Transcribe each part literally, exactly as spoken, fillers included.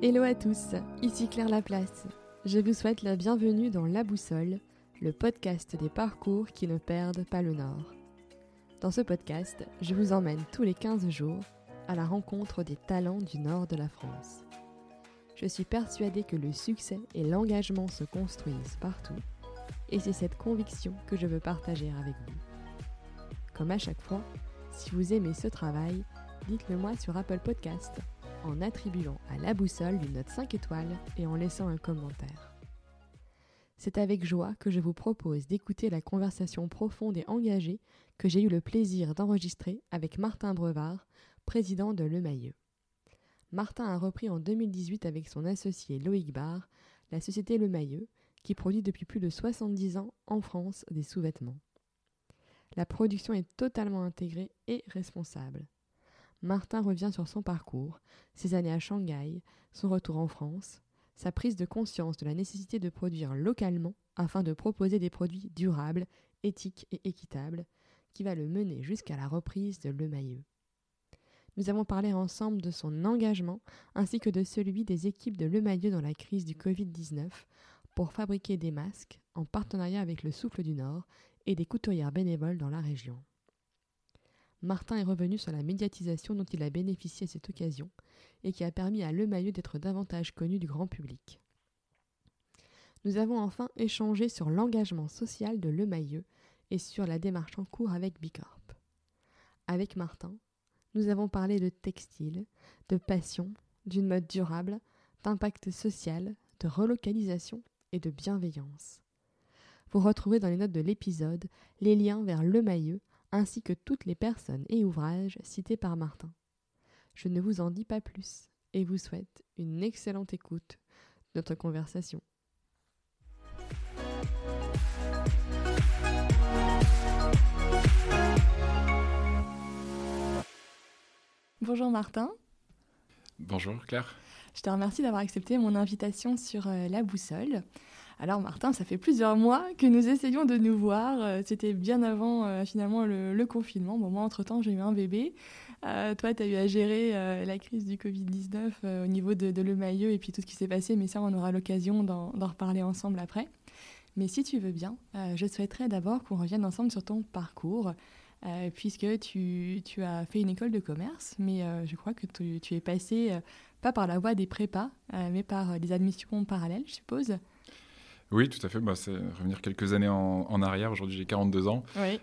Hello à tous, ici Claire Laplace. Je vous souhaite la bienvenue dans La Boussole, le podcast des parcours qui ne perdent pas le nord. Dans ce podcast, je vous emmène tous les quinze jours à la rencontre des talents du nord de la France. Je suis persuadée que le succès et l'engagement se construisent partout, et c'est cette conviction que je veux partager avec vous. Comme à chaque fois, si vous aimez ce travail, dites-le moi sur Apple Podcast, en attribuant à La Boussole une note cinq étoiles et en laissant un commentaire. C'est avec joie que je vous propose d'écouter la conversation profonde et engagée que j'ai eu le plaisir d'enregistrer avec Martin Brevard, président de Le Mailleux. Martin a repris en deux mille dix-huit avec son associé Loïc Barre la société Le Mailleux, qui produit depuis plus de soixante-dix ans en France des sous-vêtements. La production est totalement intégrée et responsable. Martin revient sur son parcours, ses années à Shanghai, son retour en France, sa prise de conscience de la nécessité de produire localement afin de proposer des produits durables, éthiques et équitables, qui va le mener jusqu'à la reprise de Le Mailleux. Nous avons parlé ensemble de son engagement ainsi que de celui des équipes de Le Mailleux dans la crise du covid dix-neuf pour fabriquer des masques en partenariat avec le Souffle du Nord et des couturières bénévoles dans la région. Martin est revenu sur la médiatisation dont il a bénéficié à cette occasion et qui a permis à Le Mailleux d'être davantage connu du grand public. Nous avons enfin échangé sur l'engagement social de Le Mailleux et sur la démarche en cours avec Bicorp. Avec Martin, nous avons parlé de textile, de passion, d'une mode durable, d'impact social, de relocalisation et de bienveillance. Vous retrouvez dans les notes de l'épisode les liens vers Le Mailleux ainsi que toutes les personnes et ouvrages cités par Martin. Je ne vous en dis pas plus et vous souhaite une excellente écoute de notre conversation. Bonjour Martin. Bonjour Claire. Je te remercie d'avoir accepté mon invitation sur euh, La Boussole. Alors Martin, ça fait plusieurs mois que nous essayons de nous voir. Euh, c'était bien avant euh, finalement le, le confinement. Bon, moi, entre-temps, j'ai eu un bébé. Euh, toi, tu as eu à gérer euh, la crise du covid dix-neuf euh, au niveau de, de Le Mailleux et puis tout ce qui s'est passé. Mais ça, on aura l'occasion d'en, d'en reparler ensemble après. Mais si tu veux bien, euh, je souhaiterais d'abord qu'on revienne ensemble sur ton parcours. Euh, puisque tu, tu as fait une école de commerce, mais euh, je crois que tu, tu es passé, euh, pas par la voie des prépas, euh, mais par euh, des admissions parallèles, je suppose. Oui, tout à fait. Bah, c'est revenir quelques années en, en arrière. Aujourd'hui, j'ai quarante-deux ans. Oui.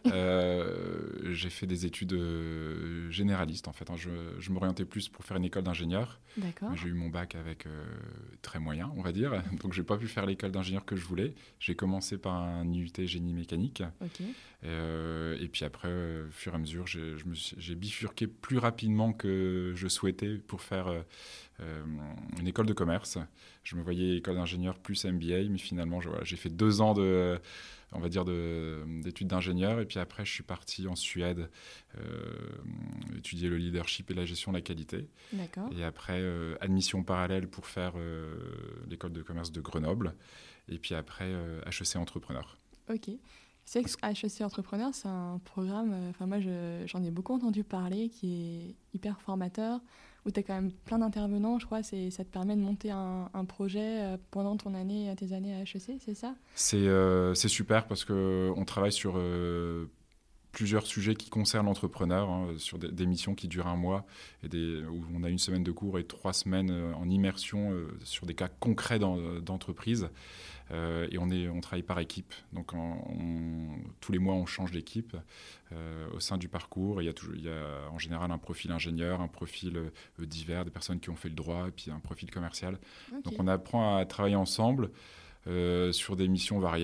Euh, j'ai fait des études euh, généralistes, en fait. Hein. Je, je m'orientais plus pour faire une école d'ingénieur. D'accord. J'ai eu mon bac avec euh, très moyen, on va dire. Donc, je n'ai pas pu faire l'école d'ingénieur que je voulais. J'ai commencé par un I U T génie mécanique. Ok. Euh, et puis après, euh, au fur et à mesure, j'ai, je me suis, j'ai bifurqué plus rapidement que je souhaitais pour faire euh, euh, une école de commerce. Je me voyais école d'ingénieur plus M B A, mais finalement, je, voilà, j'ai fait deux ans de, on va dire de, d'études d'ingénieur. Et puis après, je suis parti en Suède euh, étudier le leadership et la gestion de la qualité. D'accord. Et après, euh, admission parallèle pour faire euh, l'école de commerce de Grenoble. Et puis après, euh, H E C entrepreneur. Ok. C'est que H E C Entrepreneur, c'est un programme, enfin moi je, j'en ai beaucoup entendu parler, qui est hyper formateur, où tu as quand même plein d'intervenants, je crois, c'est, ça te permet de monter un, un projet pendant ton année, tes années à H E C, c'est ça ? C'est, euh, c'est super parce qu'on travaille sur euh, plusieurs sujets qui concernent l'entrepreneur, hein, sur des, des missions qui durent un mois, et des, où on a une semaine de cours et trois semaines en immersion euh, sur des cas concrets dans, d'entreprise. Euh, et on, est, on travaille par équipe. Donc, on, on, tous les mois, on change d'équipe euh, au sein du parcours. Il y a, toujours, il y a en général un profil ingénieur, un profil euh, divers, des personnes qui ont fait le droit, et puis un profil commercial. Okay. Donc, on apprend à travailler ensemble euh, sur des missions variées.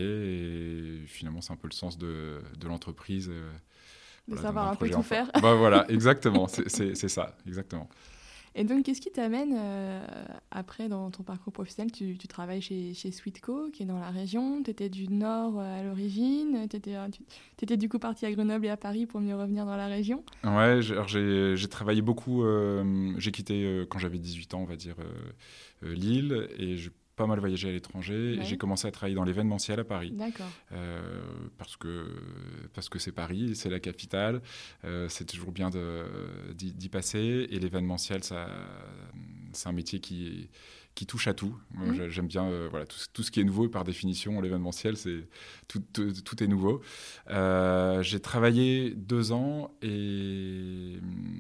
Et finalement, c'est un peu le sens de, de l'entreprise. Euh, de voilà, savoir un peu tout faire. Bah, voilà, exactement. c'est, c'est, c'est ça, exactement. Et donc, qu'est-ce qui t'amène euh, après dans ton parcours professionnel ? Tu, tu travailles chez, chez Sweetco, qui est dans la région. Tu étais du Nord à l'origine. Tu étais du coup parti à Grenoble et à Paris pour mieux revenir dans la région. Ouais, j'ai, alors j'ai, j'ai travaillé beaucoup. Euh, j'ai quitté euh, quand j'avais dix-huit ans, on va dire, euh, euh, Lille. Et j'ai pas mal voyagé à l'étranger. Ouais. Et j'ai commencé à travailler dans l'événementiel à Paris. D'accord. Euh, parce que, parce que c'est Paris, c'est la capitale. Euh, c'est toujours bien de, d'y, d'y passer. Et l'événementiel, ça, c'est un métier qui, qui touche à tout. Moi, Mmh. j'aime bien euh, voilà, tout, tout ce qui est nouveau, par définition, l'événementiel, c'est, tout, tout, tout est nouveau. Euh, j'ai travaillé deux ans et...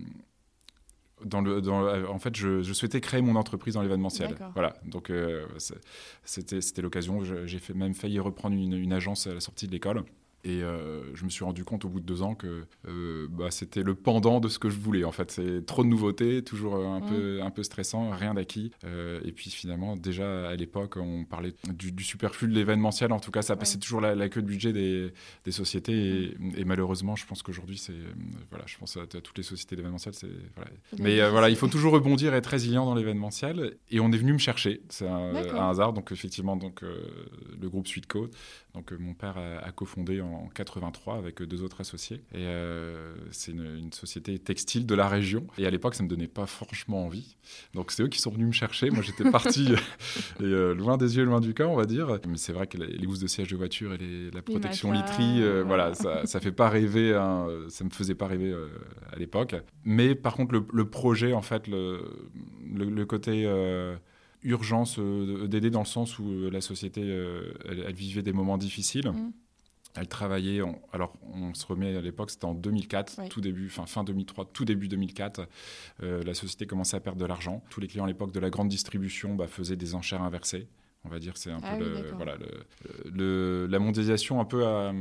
Dans le, dans, en fait, je, je souhaitais créer mon entreprise dans l'événementiel. D'accord. Voilà, donc euh, c'était, c'était l'occasion. J'ai fait, même failli reprendre une, une agence à la sortie de l'école. Et euh, je me suis rendu compte au bout de deux ans que euh, bah, c'était le pendant de ce que je voulais. En fait, c'est trop de nouveautés, toujours un, mmh. peu, un peu stressant, rien d'acquis. Euh, et puis finalement, déjà à l'époque, on parlait du, du superflu de l'événementiel. En tout cas, ça passait ouais. toujours la, la queue de budget des, des sociétés. Mmh. Et, et malheureusement, je pense qu'aujourd'hui, c'est voilà, je pense à, à toutes les sociétés d'événementiel. C'est voilà. Mais euh, voilà, il faut toujours rebondir et être résilient dans l'événementiel. Et on est venu me chercher. C'est un, un hasard. Donc effectivement, donc euh, le groupe Suiteco. Donc euh, mon père a, a cofondé en en quatre-vingt-trois avec deux autres associés. Et euh, c'est une, une société textile de la région. Et à l'époque, ça ne me donnait pas franchement envie. Donc c'est eux qui sont venus me chercher. Moi, j'étais parti et, euh, loin des yeux, loin du cœur, on va dire. Mais c'est vrai que les, les housses de siège de voiture et les, la protection les matelas, literie, euh, voilà, ça, ça fait pas rêver. Hein, ça me faisait pas rêver euh, à l'époque. Mais par contre, le, le projet, en fait, le, le, le côté euh, urgence euh, d'aider dans le sens où la société, euh, elle, elle vivait des moments difficiles. Mmh. Elle travaillait, en, alors on se remet à l'époque, c'était en deux mille quatre, oui. tout début, fin, fin deux mille trois, tout début deux mille quatre. Euh, la société commençait à perdre de l'argent. Tous les clients à l'époque de la grande distribution bah, faisaient des enchères inversées. On va dire c'est un ah peu oui, le, voilà, le, le, la mondialisation un peu à,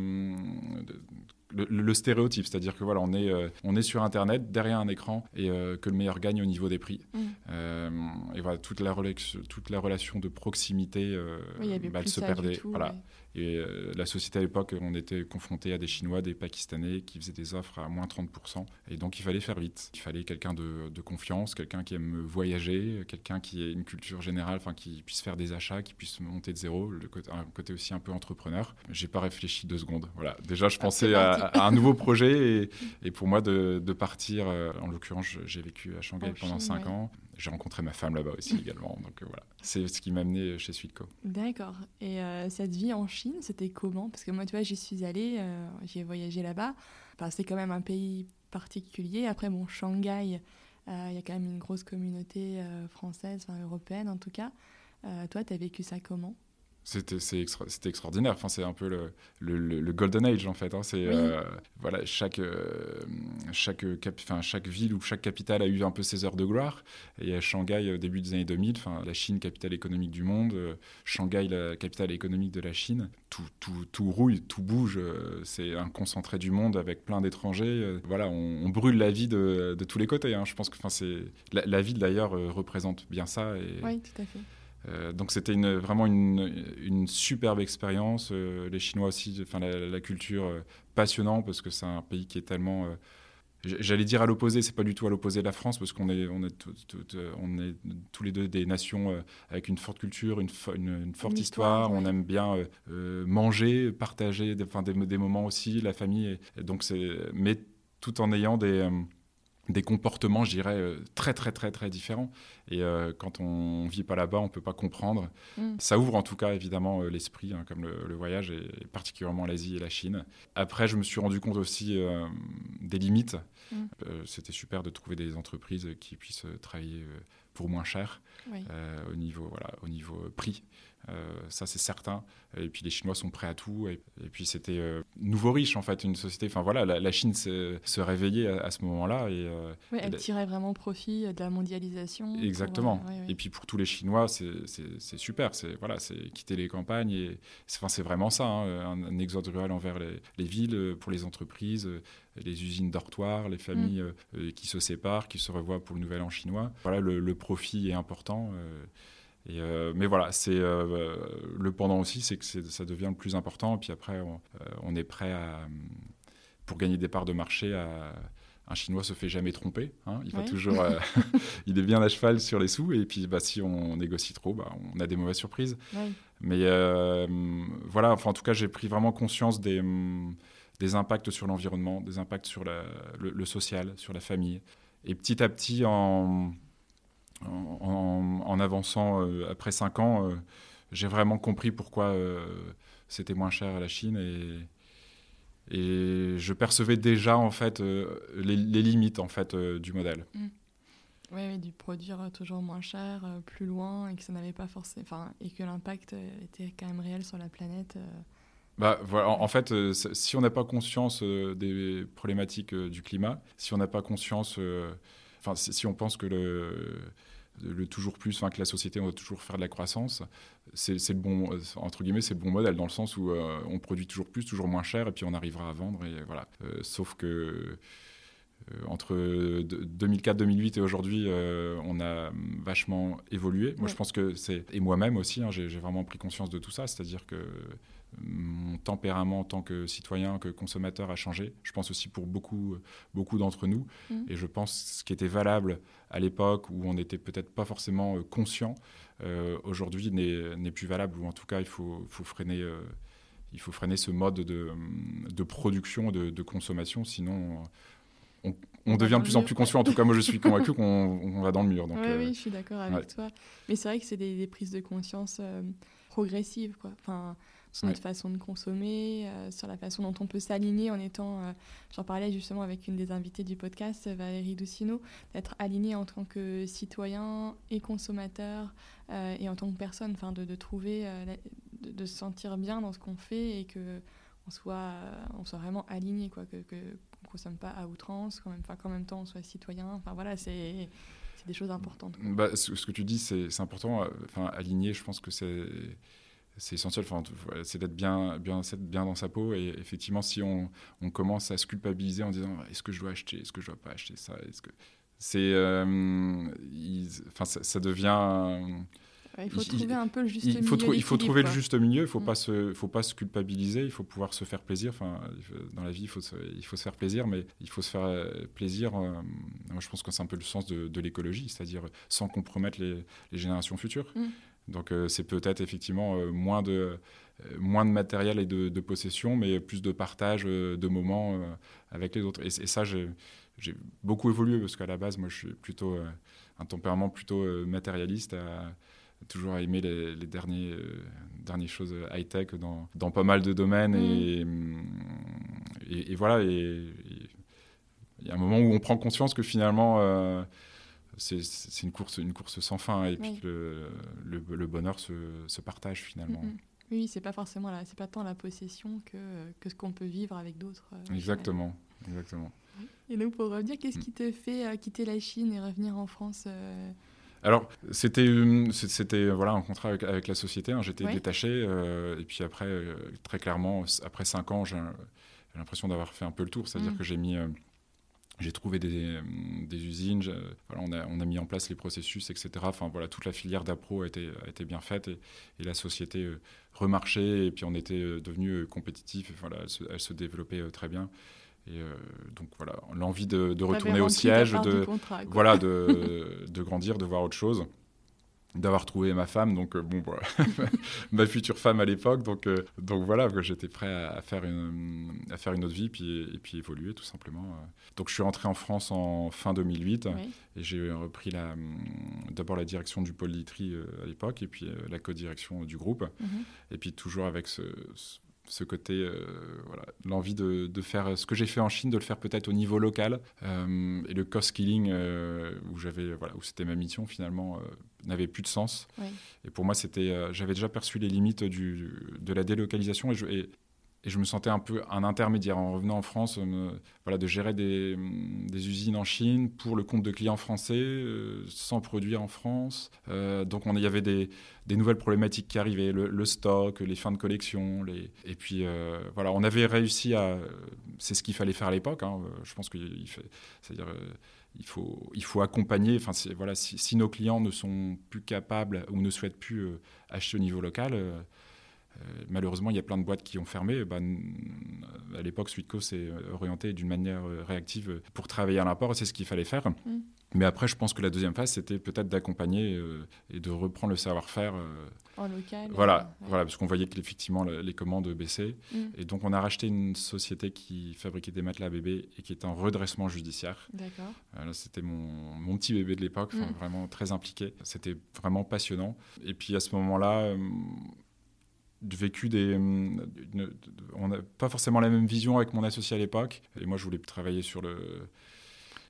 le, le stéréotype, c'est-à-dire que voilà, on est, euh, on est sur Internet, derrière un écran, et euh, que le meilleur gagne au niveau des prix. Mmh. Euh, et voilà, toute la, relation, toute la relation de proximité, euh, oui, bah, elle se perdait. Tout, voilà. Ouais. Et euh, la société à l'époque, on était confronté à des Chinois, des Pakistanais qui faisaient des offres à moins trente pour cent. Et donc, il fallait faire vite. Il fallait quelqu'un de, de confiance, quelqu'un qui aime voyager, quelqu'un qui ait une culture générale, enfin, qui puisse faire des achats, qui puisse monter de zéro, le côté, un côté aussi un peu entrepreneur. J'ai pas réfléchi deux secondes. Voilà. Déjà, je pensais ah, à, à un nouveau projet et, et pour moi, de, de partir, euh, en l'occurrence, j'ai vécu à Shanghai en pendant cinq ouais. ans. J'ai rencontré ma femme là-bas aussi également. Donc euh, voilà, c'est ce qui m'a amené chez Suiteco. D'accord. Et euh, cette vie en Chine, c'était comment ? Parce que moi, tu vois, j'y suis allée, euh, j'ai voyagé là-bas. Enfin, c'est quand même un pays particulier. Après, bon, Shanghai, il euh, y a quand même une grosse communauté euh, française, enfin européenne en tout cas. Euh, toi, tu as vécu ça comment ? C'était, c'est extra, c'était extraordinaire. Enfin, c'est un peu le, le, le golden age, en fait. Hein. C'est, oui. euh, voilà, chaque, euh, chaque, cap, chaque ville ou chaque capitale a eu un peu ses heures de gloire. Et à Shanghai, au début des années deux mille, la Chine, capitale économique du monde, euh, Shanghai, la capitale économique de la Chine, tout, tout, tout rouille, tout bouge. Euh, c'est un concentré du monde avec plein d'étrangers. Euh, voilà, on, on brûle la vie de, de tous les côtés. Hein. Je pense que c'est, la, la ville, d'ailleurs, euh, représente bien ça. Et, oui, tout à fait. Euh, donc c'était une, vraiment une, une superbe expérience. Euh, les Chinois aussi, enfin la, la culture euh, passionnant parce que c'est un pays qui est tellement, euh, j'allais dire à l'opposé, c'est pas du tout à l'opposé de la France parce qu'on est, on est, tout, tout, on est tous les deux des nations euh, avec une forte culture, une, une, une forte une histoire. histoire ouais. On aime bien euh, euh, manger, partager, des, des, des moments aussi, la famille. Et, et donc c'est, mais tout en ayant des euh, des comportements, je dirais, euh, très, très, très, très différents. Et euh, quand on ne vit pas là-bas, on ne peut pas comprendre. Mm. Ça ouvre en tout cas, évidemment, euh, l'esprit, hein, comme le, le voyage, et particulièrement l'Asie et la Chine. Après, je me suis rendu compte aussi euh, des limites. Mm. Euh, c'était super de trouver des entreprises qui puissent travailler euh, pour moins cher, oui. euh, au niveau, voilà, au niveau prix. Euh, ça, c'est certain. Et puis, les Chinois sont prêts à tout. Et, et puis, c'était euh, nouveau riche, en fait, une société. Enfin, voilà, la, la Chine se, se réveillait à, à ce moment-là. Et, euh, oui, elle, elle tirait vraiment profit de la mondialisation. Exactement. Pour, euh, ouais, ouais. Et puis, pour tous les Chinois, c'est, c'est, c'est super. C'est, voilà, c'est quitter les campagnes. Et, c'est, enfin, c'est vraiment ça, hein, un, un exode rural envers les, les villes, pour les entreprises, les usines dortoirs, les familles mm. euh, qui se séparent, qui se revoient pour le nouvel an chinois. Voilà, le, le profit est important. Euh, Et euh, mais voilà, c'est, euh, le pendant aussi, c'est que c'est, ça devient le plus important. Et puis après, on, euh, on est prêt à, pour gagner des parts de marché. À, un Chinois ne se fait jamais tromper. Hein, il, va ouais. toujours, euh, il est bien à cheval sur les sous. Et puis, bah, si on négocie trop, bah, on a des mauvaises surprises. Ouais. Mais euh, voilà, enfin, en tout cas, j'ai pris vraiment conscience des, des impacts sur l'environnement, des impacts sur la, le, le social, sur la famille. Et petit à petit, en... En, en, en avançant euh, après cinq ans, euh, j'ai vraiment compris pourquoi euh, c'était moins cher à la Chine et, et je percevais déjà en fait euh, les, les limites en fait euh, du modèle. Mmh. Oui, oui, du produire toujours moins cher, euh, plus loin, et que ça n'avait pas forcément, enfin, et que l'impact euh, était quand même réel sur la planète. Euh... Bah, voilà, en, en fait, euh, si on n'a pas conscience euh, des problématiques euh, du climat, si on n'a pas conscience, euh, enfin, si, si on pense que le, le toujours plus, enfin, que la société on va toujours faire de la croissance, c'est, c'est le bon, entre guillemets, c'est le bon modèle dans le sens où euh, on produit toujours plus, toujours moins cher, et puis on arrivera à vendre, et voilà. Euh, sauf que Euh, entre deux mille quatre deux mille huit et aujourd'hui, euh, on a vachement évolué. Moi, Ouais. je pense que c'est... Et moi-même aussi, hein, j'ai, j'ai vraiment pris conscience de tout ça. C'est-à-dire que mon tempérament en tant que citoyen, que consommateur a changé. Je pense aussi pour beaucoup, beaucoup d'entre nous. Mmh. Et je pense que ce qui était valable à l'époque où on n'était peut-être pas forcément conscient, euh, aujourd'hui n'est, n'est plus valable. Ou en tout cas, il faut, faut freiner... Euh, il faut freiner ce mode de, de production, de, de consommation. Sinon... On, on devient de plus en plus conscient. En tout cas, moi, je suis convaincu qu'on on va dans le mur. Donc, ouais, euh, oui, je suis d'accord avec ouais. toi. Mais c'est vrai que c'est des, des prises de conscience euh, progressives, quoi. Enfin, sur notre ouais. façon de consommer, euh, sur la façon dont on peut s'aligner en étant... Euh, j'en parlais justement avec une des invitées du podcast, Valérie Doucineau, d'être aligné en tant que citoyen et consommateur euh, et en tant que personne, enfin, de, de trouver... Euh, la, de, de se sentir bien dans ce qu'on fait et que... On soit, euh, on soit vraiment aligné, quoi, que, que, qu'on ne consomme pas à outrance, qu'en même, qu'en même temps on soit citoyen. Enfin voilà, c'est, c'est des choses importantes. Bah, ce, ce que tu dis, c'est, c'est important. Enfin, aligné, je pense que c'est, c'est essentiel. Enfin, c'est d'être bien, bien, bien dans sa peau. Et effectivement, si on, on commence à se culpabiliser en disant est-ce que je dois acheter, est-ce que je ne dois pas acheter ça, est-ce que c'est, euh, il, enfin, ça, ça devient il faut il, trouver un peu le juste il faut milieu. Il faut trouver quoi. le juste milieu. Il ne faut, mmh. faut pas se culpabiliser. Il faut pouvoir se faire plaisir. Enfin, dans la vie, il faut, se, il faut se faire plaisir, mais il faut se faire plaisir. Euh, moi, je pense que c'est un peu le sens de, de l'écologie, c'est-à-dire sans compromettre les, les générations futures. Mmh. Donc, euh, c'est peut-être effectivement euh, moins, de, euh, moins de matériel et de, de possession, mais plus de partage euh, de moments euh, avec les autres. Et, et ça, j'ai, j'ai beaucoup évolué parce qu'à la base, moi, je suis plutôt euh, un tempérament plutôt euh, matérialiste. À, toujours à aimer les, les derniers, euh, dernières choses high-tech dans, dans pas mal de domaines. Mmh. Et, et, et voilà, il y a un moment où on prend conscience que finalement, euh, c'est, c'est une, course, une course sans fin. Et oui. puis le, le, le bonheur se, se partage finalement. Mmh. Oui, c'est pas forcément la, c'est pas tant la possession que, que ce qu'on peut vivre avec d'autres. Euh, exactement, exactement. Et donc pour revenir, qu'est-ce qui te fait euh, quitter la Chine et revenir en France euh... Alors, c'était, c'était voilà, un contrat avec, avec la société. Hein, j'étais ouais. détaché. Euh, et puis après, euh, très clairement, après cinq ans, j'ai, j'ai l'impression d'avoir fait un peu le tour. C'est-à-dire mmh. que j'ai mis... Euh, j'ai trouvé des, des usines, voilà, on, a, on a mis en place les processus, et cetera. Enfin, voilà, toute la filière d'appro a été, a été bien faite et, et la société euh, remarchait et puis on était euh, devenu compétitif. Voilà, elle, se, elle se développait euh, très bien. Et euh, donc voilà, l'envie de, de retourner au siège, de, contrat, voilà, de, de grandir, de voir autre chose, d'avoir trouvé ma femme, donc euh, bon, voilà, ma future femme à l'époque, donc, euh, donc voilà, j'étais prêt à, à, faire une, à faire une autre vie puis, et puis évoluer tout simplement. Donc je suis rentré en France en fin deux mille huit oui. et j'ai repris la, d'abord la direction du pôle literie euh, à l'époque et puis euh, la co-direction du groupe, mm-hmm. et puis toujours avec ce... ce ce côté, euh, voilà, l'envie de, de faire ce que j'ai fait en Chine, de le faire peut-être au niveau local. Euh, et le cost-killing, euh, où, j'avais, voilà, où c'était ma mission finalement, euh, n'avait plus de sens. Oui. Et pour moi, c'était, euh, j'avais déjà perçu les limites du, de la délocalisation et je, et, et je me sentais un peu un intermédiaire en revenant en France, euh, voilà, de gérer des, des usines en Chine pour le compte de clients français, euh, sans produire en France. Euh, donc il y avait des, des nouvelles problématiques qui arrivaient, le, le stock, les fins de collection. Les... Et puis euh, voilà, on avait réussi à... C'est ce qu'il fallait faire à l'époque. Hein, je pense qu'il fait... C'est-à-dire... Euh, Il faut, il faut accompagner, enfin, c'est, voilà, si, si nos clients ne sont plus capables ou ne souhaitent plus euh, acheter au niveau local, euh, euh, malheureusement, il y a plein de boîtes qui ont fermé. Bah, à l'époque, Suiteco s'est orienté d'une manière réactive pour travailler à l'import, et c'est ce qu'il fallait faire. Mmh. Mais après, je pense que la deuxième phase, c'était peut-être d'accompagner euh, et de reprendre le savoir-faire. Euh, en local. Voilà, euh, ouais. voilà, parce qu'on voyait qu'effectivement, les commandes baissaient. Mmh. Et donc, on a racheté une société qui fabriquait des matelas bébés et qui était en redressement judiciaire. D'accord. Euh, là, c'était mon, mon petit bébé de l'époque, mmh. vraiment très impliqué. C'était vraiment passionnant. Et puis, à ce moment-là... Euh, vécu des... Une, on n'a pas forcément la même vision avec mon associé à l'époque. Et moi, je voulais travailler sur le...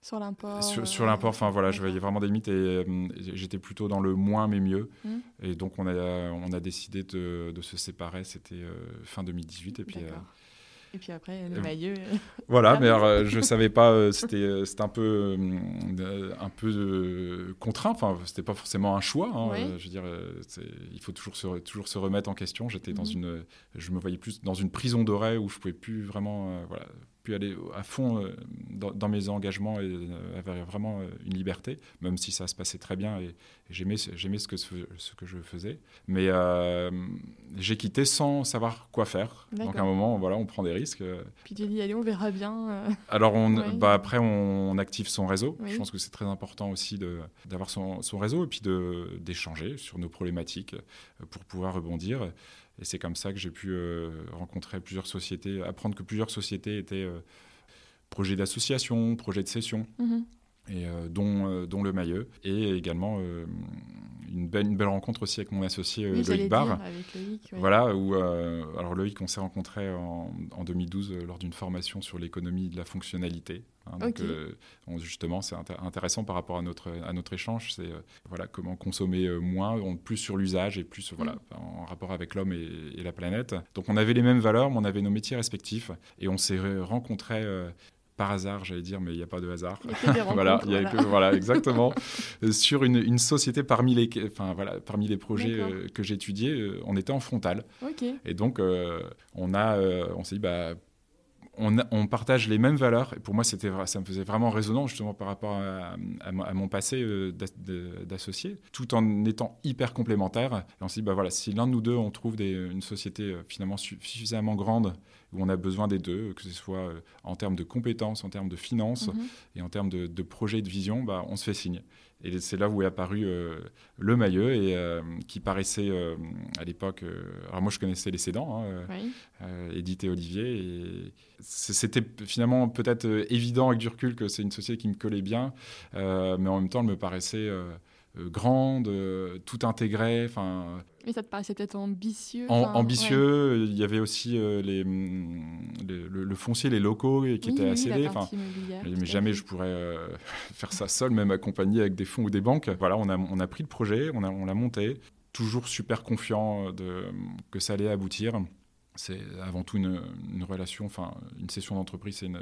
Sur l'import Sur, euh, sur l'import, enfin voilà, d'accord. je voyais vraiment des limites et euh, j'étais plutôt dans le moins mais mieux. Mmh. Et donc on a, on a décidé de, de se séparer, c'était euh, fin deux mille dix-huit. Et puis, D'accord. euh, Et puis après, le euh, maillot. Voilà, mais alors, euh, je ne savais pas, euh, c'était, euh, c'était un peu, euh, un peu euh, contraint, enfin, ce n'était pas forcément un choix. Hein, Oui. euh, je veux dire, euh, c'est, il faut toujours se, toujours se remettre en question. J'étais Mmh. dans une, je me voyais plus dans une prison dorée où je ne pouvais plus vraiment euh, voilà, plus aller à fond euh, dans, dans mes engagements et euh, avoir vraiment euh, une liberté, même si ça se passait très bien et, et j'aimais, j'aimais ce que, ce que je faisais. Mais euh, j'ai quitté sans savoir quoi faire. D'accord. Donc à un moment, voilà, on prend des risques. Puis tu dis, allez, on verra bien. euh. Alors, on, Ouais. bah après, on active son réseau. Oui. Je pense que c'est très important aussi de, d'avoir son, son réseau et puis de, d'échanger sur nos problématiques pour pouvoir rebondir. Et c'est comme ça que j'ai pu euh, rencontrer plusieurs sociétés, apprendre que plusieurs sociétés étaient euh, projets d'association, projets de session. Mmh. Et euh, dont, euh, dont le Mailleux, et également euh, une, belle, une belle rencontre aussi avec mon associé euh, Oui, Loïc Barre. dire, avec Loïc. Ouais. Voilà, où, euh, alors Loïc, on s'est rencontrés en, en deux mille douze euh, lors d'une formation sur l'économie de la fonctionnalité. Hein, donc, Ok. euh, on, justement, c'est inté- intéressant par rapport à notre, à notre échange. C'est euh, voilà, comment consommer euh, moins, on, plus sur l'usage et plus voilà, Mm. en rapport avec l'homme et, et la planète. Donc, on avait les mêmes valeurs, mais on avait nos métiers respectifs. Et on s'est re- rencontrés... Euh, par hasard, j'allais dire, mais il n'y a pas de hasard. Il y a que des rencontres, voilà, il y a voilà. que, voilà, exactement. sur une, une société parmi les, enfin, voilà, parmi les projets D'accord. euh, que j'étudiais, euh, on était en frontal. Ok. Et donc, euh, on, a, euh, on s'est dit, bah, on, a- on partage les mêmes valeurs. Et pour moi, c'était, vra- ça me faisait vraiment résonant, justement, par rapport à, à mon- à mon passé euh, d'as- de- d'associé, tout en étant hyper complémentaires. Et on s'est dit, bah, voilà, si l'un de nous deux, on trouve des, une société euh, finalement su- suffisamment grande, où on a besoin des deux, que ce soit euh, en termes de compétences, en termes de finances Mhm. et en termes de, de projets et de vision, bah, on se fait signe. Et c'est là où est apparu euh, le Mailleux, et, euh, qui paraissait euh, à l'époque... euh, alors moi, je connaissais Les Cédants, hein, euh, Oui. euh, Edith et Olivier. Et c'était finalement peut-être euh, évident avec du recul que c'est une société qui me collait bien, euh, mais en même temps, elle me paraissait euh, euh, grande, euh, tout intégrée. Enfin, Mais ça te paraissait peut-être ambitieux. Am- enfin, ambitieux. ouais. Il y avait aussi euh, les, hum, les- le, le foncier, les locaux et qui Oui, étaient oui, assez la élevés. partie immobilière. Mais tout à jamais fait. je pourrais euh, faire ça seul, même accompagné avec des fonds ou des banques. Voilà, on a, on a pris le projet, on, a, on l'a monté, toujours super confiant de, que ça allait aboutir. C'est avant tout une, une relation, enfin une session d'entreprise, c'est une,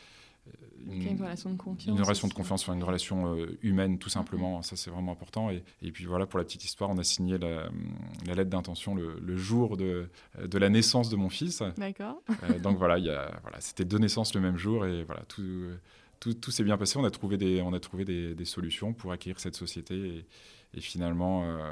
Il y a une relation de confiance. une relation de aussi. confiance, enfin, une relation euh, humaine tout simplement. Mm-hmm. Ça c'est vraiment important. Et, et puis voilà, pour la petite histoire, on a signé la, la lettre d'intention le, le jour de, de la naissance de mon fils. D'accord. Euh, donc voilà, il y a, voilà, c'était deux naissances le même jour et voilà, tout, tout, tout s'est bien passé. On a trouvé des, on a trouvé des, des solutions pour acquérir cette société et, et finalement, euh,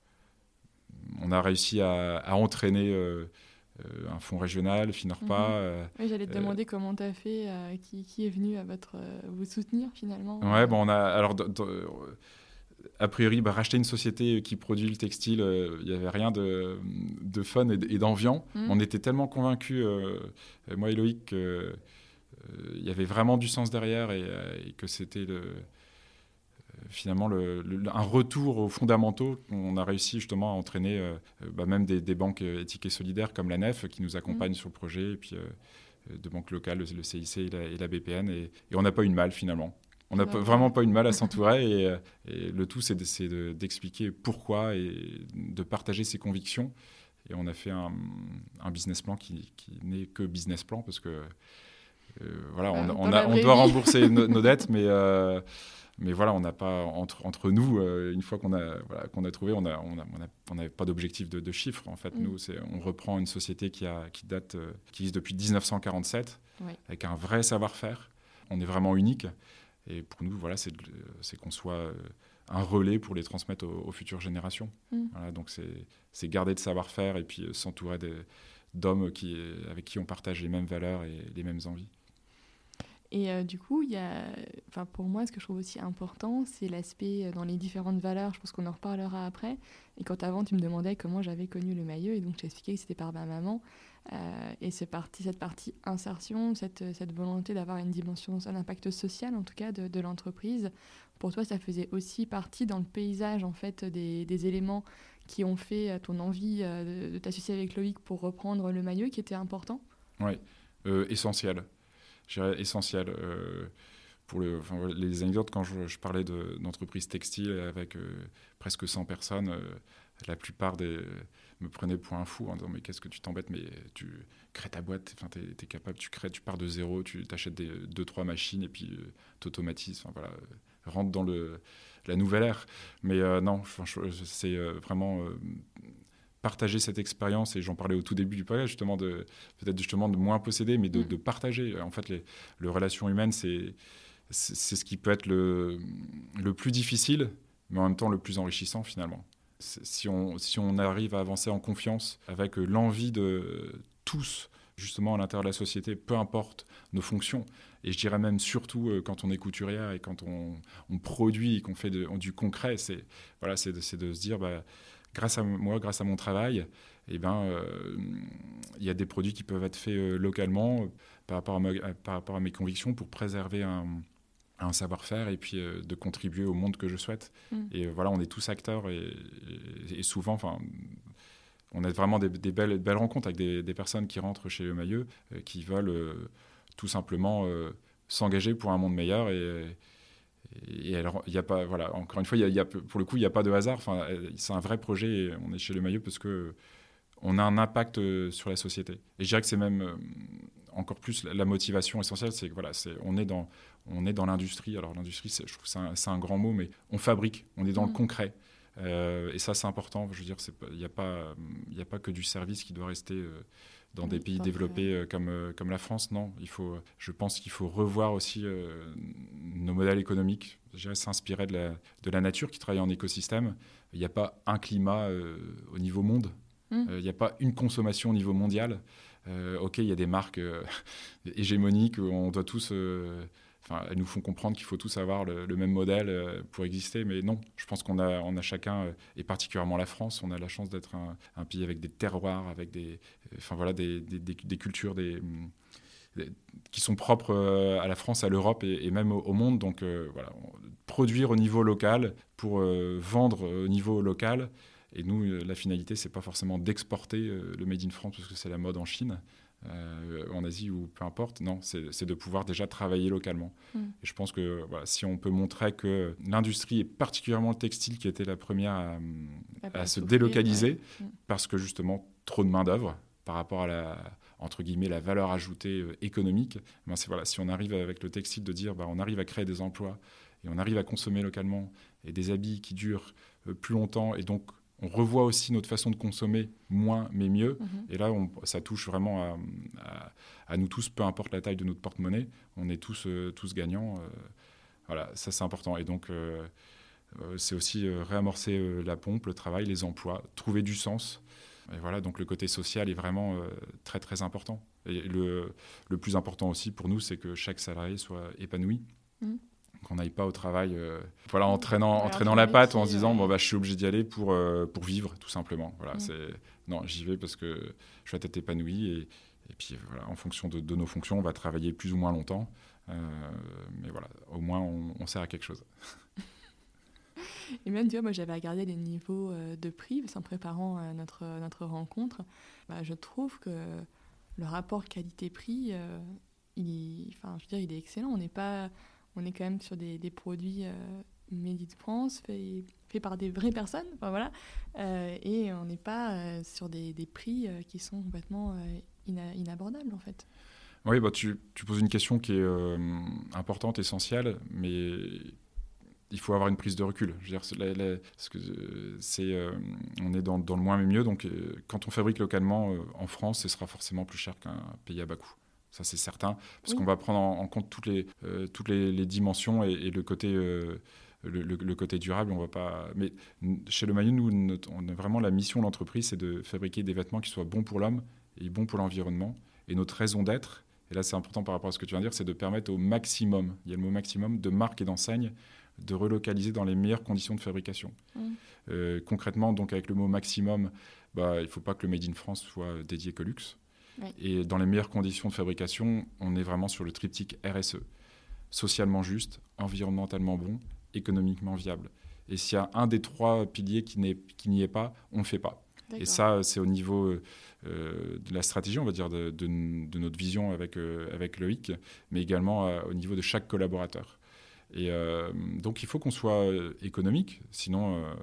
on a réussi à, à entraîner euh, euh, un fonds régional, Finorpa. Mhm. Euh, Oui, j'allais te euh, demander comment tu as fait, euh, qui, qui est venu à votre, euh, vous soutenir finalement. Ouais, euh... bon, on a alors. De, de, a priori, bah, racheter une société qui produit le textile, il euh, n'y avait rien de, de fun et, et d'enviant. Mmh. On était tellement convaincus, euh, moi et Loïc, qu'il euh, y avait vraiment du sens derrière et, euh, et que c'était le, euh, finalement le, le, un retour aux fondamentaux. On a réussi justement à entraîner euh, bah, même des, des banques éthiques et solidaires comme la Nef qui nous accompagnent mmh. sur le projet, et puis euh, de banques locales, le, le C I C et la, et la B P N. Et, et on n'a pas eu de mal finalement. On n'a vraiment pas eu de mal à s'entourer et, et le tout, c'est, de, c'est de, d'expliquer pourquoi et de partager ses convictions. Et on a fait un, un business plan qui, qui n'est que business plan parce que euh, voilà, on, on, a, on doit rembourser nos, nos dettes, mais, euh, mais voilà, on n'a pas entre, entre nous, euh, une fois qu'on a, voilà, qu'on a trouvé, on n'a on a, on a, on a pas d'objectif de, de chiffres. En fait, mmh. nous, c'est, on reprend une société qui, a, qui date, euh, qui existe depuis dix-neuf cent quarante-sept, oui. avec un vrai savoir-faire. On est vraiment unique. Et pour nous, voilà, c'est, c'est qu'on soit un relais pour les transmettre aux, aux futures générations. Mmh. Voilà, donc c'est, c'est garder de savoir-faire et puis s'entourer de, d'hommes qui, avec qui on partage les mêmes valeurs et les mêmes envies. Et euh, du coup, il y a, enfin, pour moi, ce que je trouve aussi important, c'est l'aspect dans les différentes valeurs. Je pense qu'on en reparlera après. Et quand avant, tu me demandais comment j'avais connu le Mailleux, et donc je t'ai expliqué que c'était par ma maman. Euh, et c'est parti, cette partie insertion, cette, cette volonté d'avoir une dimension, un impact social en tout cas de, de l'entreprise. Pour toi, ça faisait aussi partie dans le paysage en fait des, des éléments qui ont fait ton envie de, de t'associer avec Loïc pour reprendre le Mailleux, qui était important. Oui, euh, essentiel. Je dirais essentiel. Euh, pour le, enfin, les anecdotes, quand je, je parlais de, d'entreprises textiles avec euh, presque cent personnes, euh, la plupart des, me prenaient pour un fou en disant mais qu'est-ce que tu t'embêtes, mais tu crées ta boîte, enfin, tu es capable, tu crées, tu pars de zéro, tu t'achètes des, deux, trois machines et puis euh, tu automatises, enfin, voilà, euh, rentre dans le, la nouvelle ère. Mais euh, non, c'est euh, vraiment... Euh, partager cette expérience, et j'en parlais au tout début du podcast, justement, de, peut-être justement de moins posséder, mais de, de partager. En fait, les, les relations humaines, c'est, c'est, c'est ce qui peut être le, le plus difficile, mais en même temps le plus enrichissant, finalement. Si on, si on arrive à avancer en confiance, avec l'envie de tous, justement, à l'intérieur de la société, peu importe nos fonctions, et je dirais même surtout euh, quand on est couturière et quand on, on produit et qu'on fait de, du concret, c'est, voilà, c'est, de, c'est de se dire... Bah, grâce à moi, grâce à mon travail, eh ben, euh, y a des produits qui peuvent être faits euh, localement euh, par, rapport à ma, à, par rapport à mes convictions pour préserver un, un savoir-faire et puis euh, de contribuer au monde que je souhaite. Mm. Et euh, voilà, on est tous acteurs et, et, et souvent, enfin, on a vraiment des, des belles, belles rencontres avec des, des personnes qui rentrent chez Le Maillot, euh, qui veulent euh, tout simplement euh, s'engager pour un monde meilleur et Et alors, il y a pas, voilà, encore une fois, il y a, il y a, pour le coup, il n'y a pas de hasard. Enfin, c'est un vrai projet. Et on est chez Le Maillot parce que on a un impact sur la société. Et je dirais que c'est même encore plus la motivation essentielle, c'est que voilà, c'est, on est dans, on est dans l'industrie. Alors l'industrie, c'est, je trouve que c'est un, c'est un grand mot, mais on fabrique. On est dans mmh. le concret. Euh, et ça, c'est important. Je veux dire, il n'y a pas, il n'y a pas que du service qui doit rester. Euh, dans oui, des pays développés euh, comme, euh, comme la France, non. Il faut, je pense qu'il faut revoir aussi euh, nos modèles économiques, je dirais s'inspirer de la, de la nature qui travaille en écosystème. Il n'y a pas un climat euh, au niveau monde, mmh. euh, il n'y a pas une consommation au niveau mondial. Euh, ok, il y a des marques euh, hégémoniques où on doit tous... Euh, Enfin, elles nous font comprendre qu'il faut tous avoir le, le même modèle euh, pour exister, mais non. Je pense qu'on a, on a chacun, euh, et particulièrement la France, on a la chance d'être un, un pays avec des terroirs, avec des, euh, enfin voilà, des, des, des, des cultures, des, des, qui sont propres euh, à la France, à l'Europe et, et même au, au monde. Donc euh, voilà, produire au niveau local pour euh, vendre au niveau local. Et nous, euh, la finalité, c'est pas forcément d'exporter euh, le Made in France parce que c'est la mode en Chine. Euh, en Asie ou peu importe, non, c'est, c'est de pouvoir déjà travailler localement. Mmh. Et je pense que voilà, si on peut montrer que l'industrie, et particulièrement le textile, qui était la première à, à, à se souffrir, délocaliser, ouais. parce que justement, trop de main-d'œuvre par rapport à la, entre guillemets, la valeur ajoutée euh, économique, ben c'est, voilà, si on arrive avec le textile de dire ben, on arrive à créer des emplois et on arrive à consommer localement et des habits qui durent euh, plus longtemps et donc on revoit aussi notre façon de consommer, moins mais mieux. Mm-hmm. Et là, on, ça touche vraiment à, à, à nous tous, peu importe la taille de notre porte-monnaie. On est tous, euh, tous gagnants. Euh, voilà, ça, c'est important. Et donc, euh, euh, c'est aussi euh, réamorcer euh, la pompe, le travail, les emplois, trouver du sens. Et voilà, donc le côté social est vraiment euh, très, très important. Et le, le plus important aussi pour nous, c'est que chaque salarié soit épanoui. Mm. Qu'on n'aille pas au travail euh, voilà, en traînant, en traînant la patte ou en se disant ouais. bon, bah, je suis obligé d'y aller pour, euh, pour vivre, tout simplement. Voilà, mmh. c'est... Non, j'y vais parce que je vais être épanoui et, et puis voilà, en fonction de, de nos fonctions, on va travailler plus ou moins longtemps. Euh, mais voilà, au moins, on, on sert à quelque chose. Et même, tu vois, moi, j'avais regardé les niveaux de prix en préparant euh, notre, notre rencontre. Bah, je trouve que le rapport qualité-prix, euh, il, enfin, je veux dire, il est excellent. On n'est pas... On est quand même sur des, des produits euh, made in France, faits fait par des vraies personnes, enfin, voilà, euh, et on n'est pas euh, sur des, des prix euh, qui sont complètement euh, ina- inabordables, en fait. Oui, bah, tu, tu poses une question qui est euh, importante, essentielle, mais il faut avoir une prise de recul. Je veux dire, c'est, la, la, parce que, c'est, euh, on est dans, dans le moins mais mieux, donc euh, quand on fabrique localement euh, en France, ce sera forcément plus cher qu'un pays à bas coût. Ça, c'est certain, parce oui. qu'on va prendre en, en compte toutes les, euh, toutes les, les dimensions et, et le, côté, euh, le, le, le côté durable. On va pas... Mais chez Le Maillot, nous, notre, on a vraiment la mission de l'entreprise, c'est de fabriquer des vêtements qui soient bons pour l'homme et bons pour l'environnement. Et notre raison d'être, et là c'est important par rapport à ce que tu viens de dire, c'est de permettre au maximum, il y a le mot maximum, de marques et d'enseignes, de relocaliser dans les meilleures conditions de fabrication. Mmh. Euh, concrètement, donc avec le mot maximum, bah, il ne faut pas que le Made in France soit dédié que luxe. Oui. Et dans les meilleures conditions de fabrication, on est vraiment sur le triptyque R S E. Socialement juste, environnementalement bon, économiquement viable. Et s'il y a un des trois piliers qui, n'est, qui n'y est pas, on ne le fait pas. D'accord. Et ça, c'est au niveau euh, de la stratégie, on va dire, de, de, de notre vision avec, euh, avec Loïc, mais également euh, au niveau de chaque collaborateur. Et euh, donc, il faut qu'on soit économique, sinon, euh,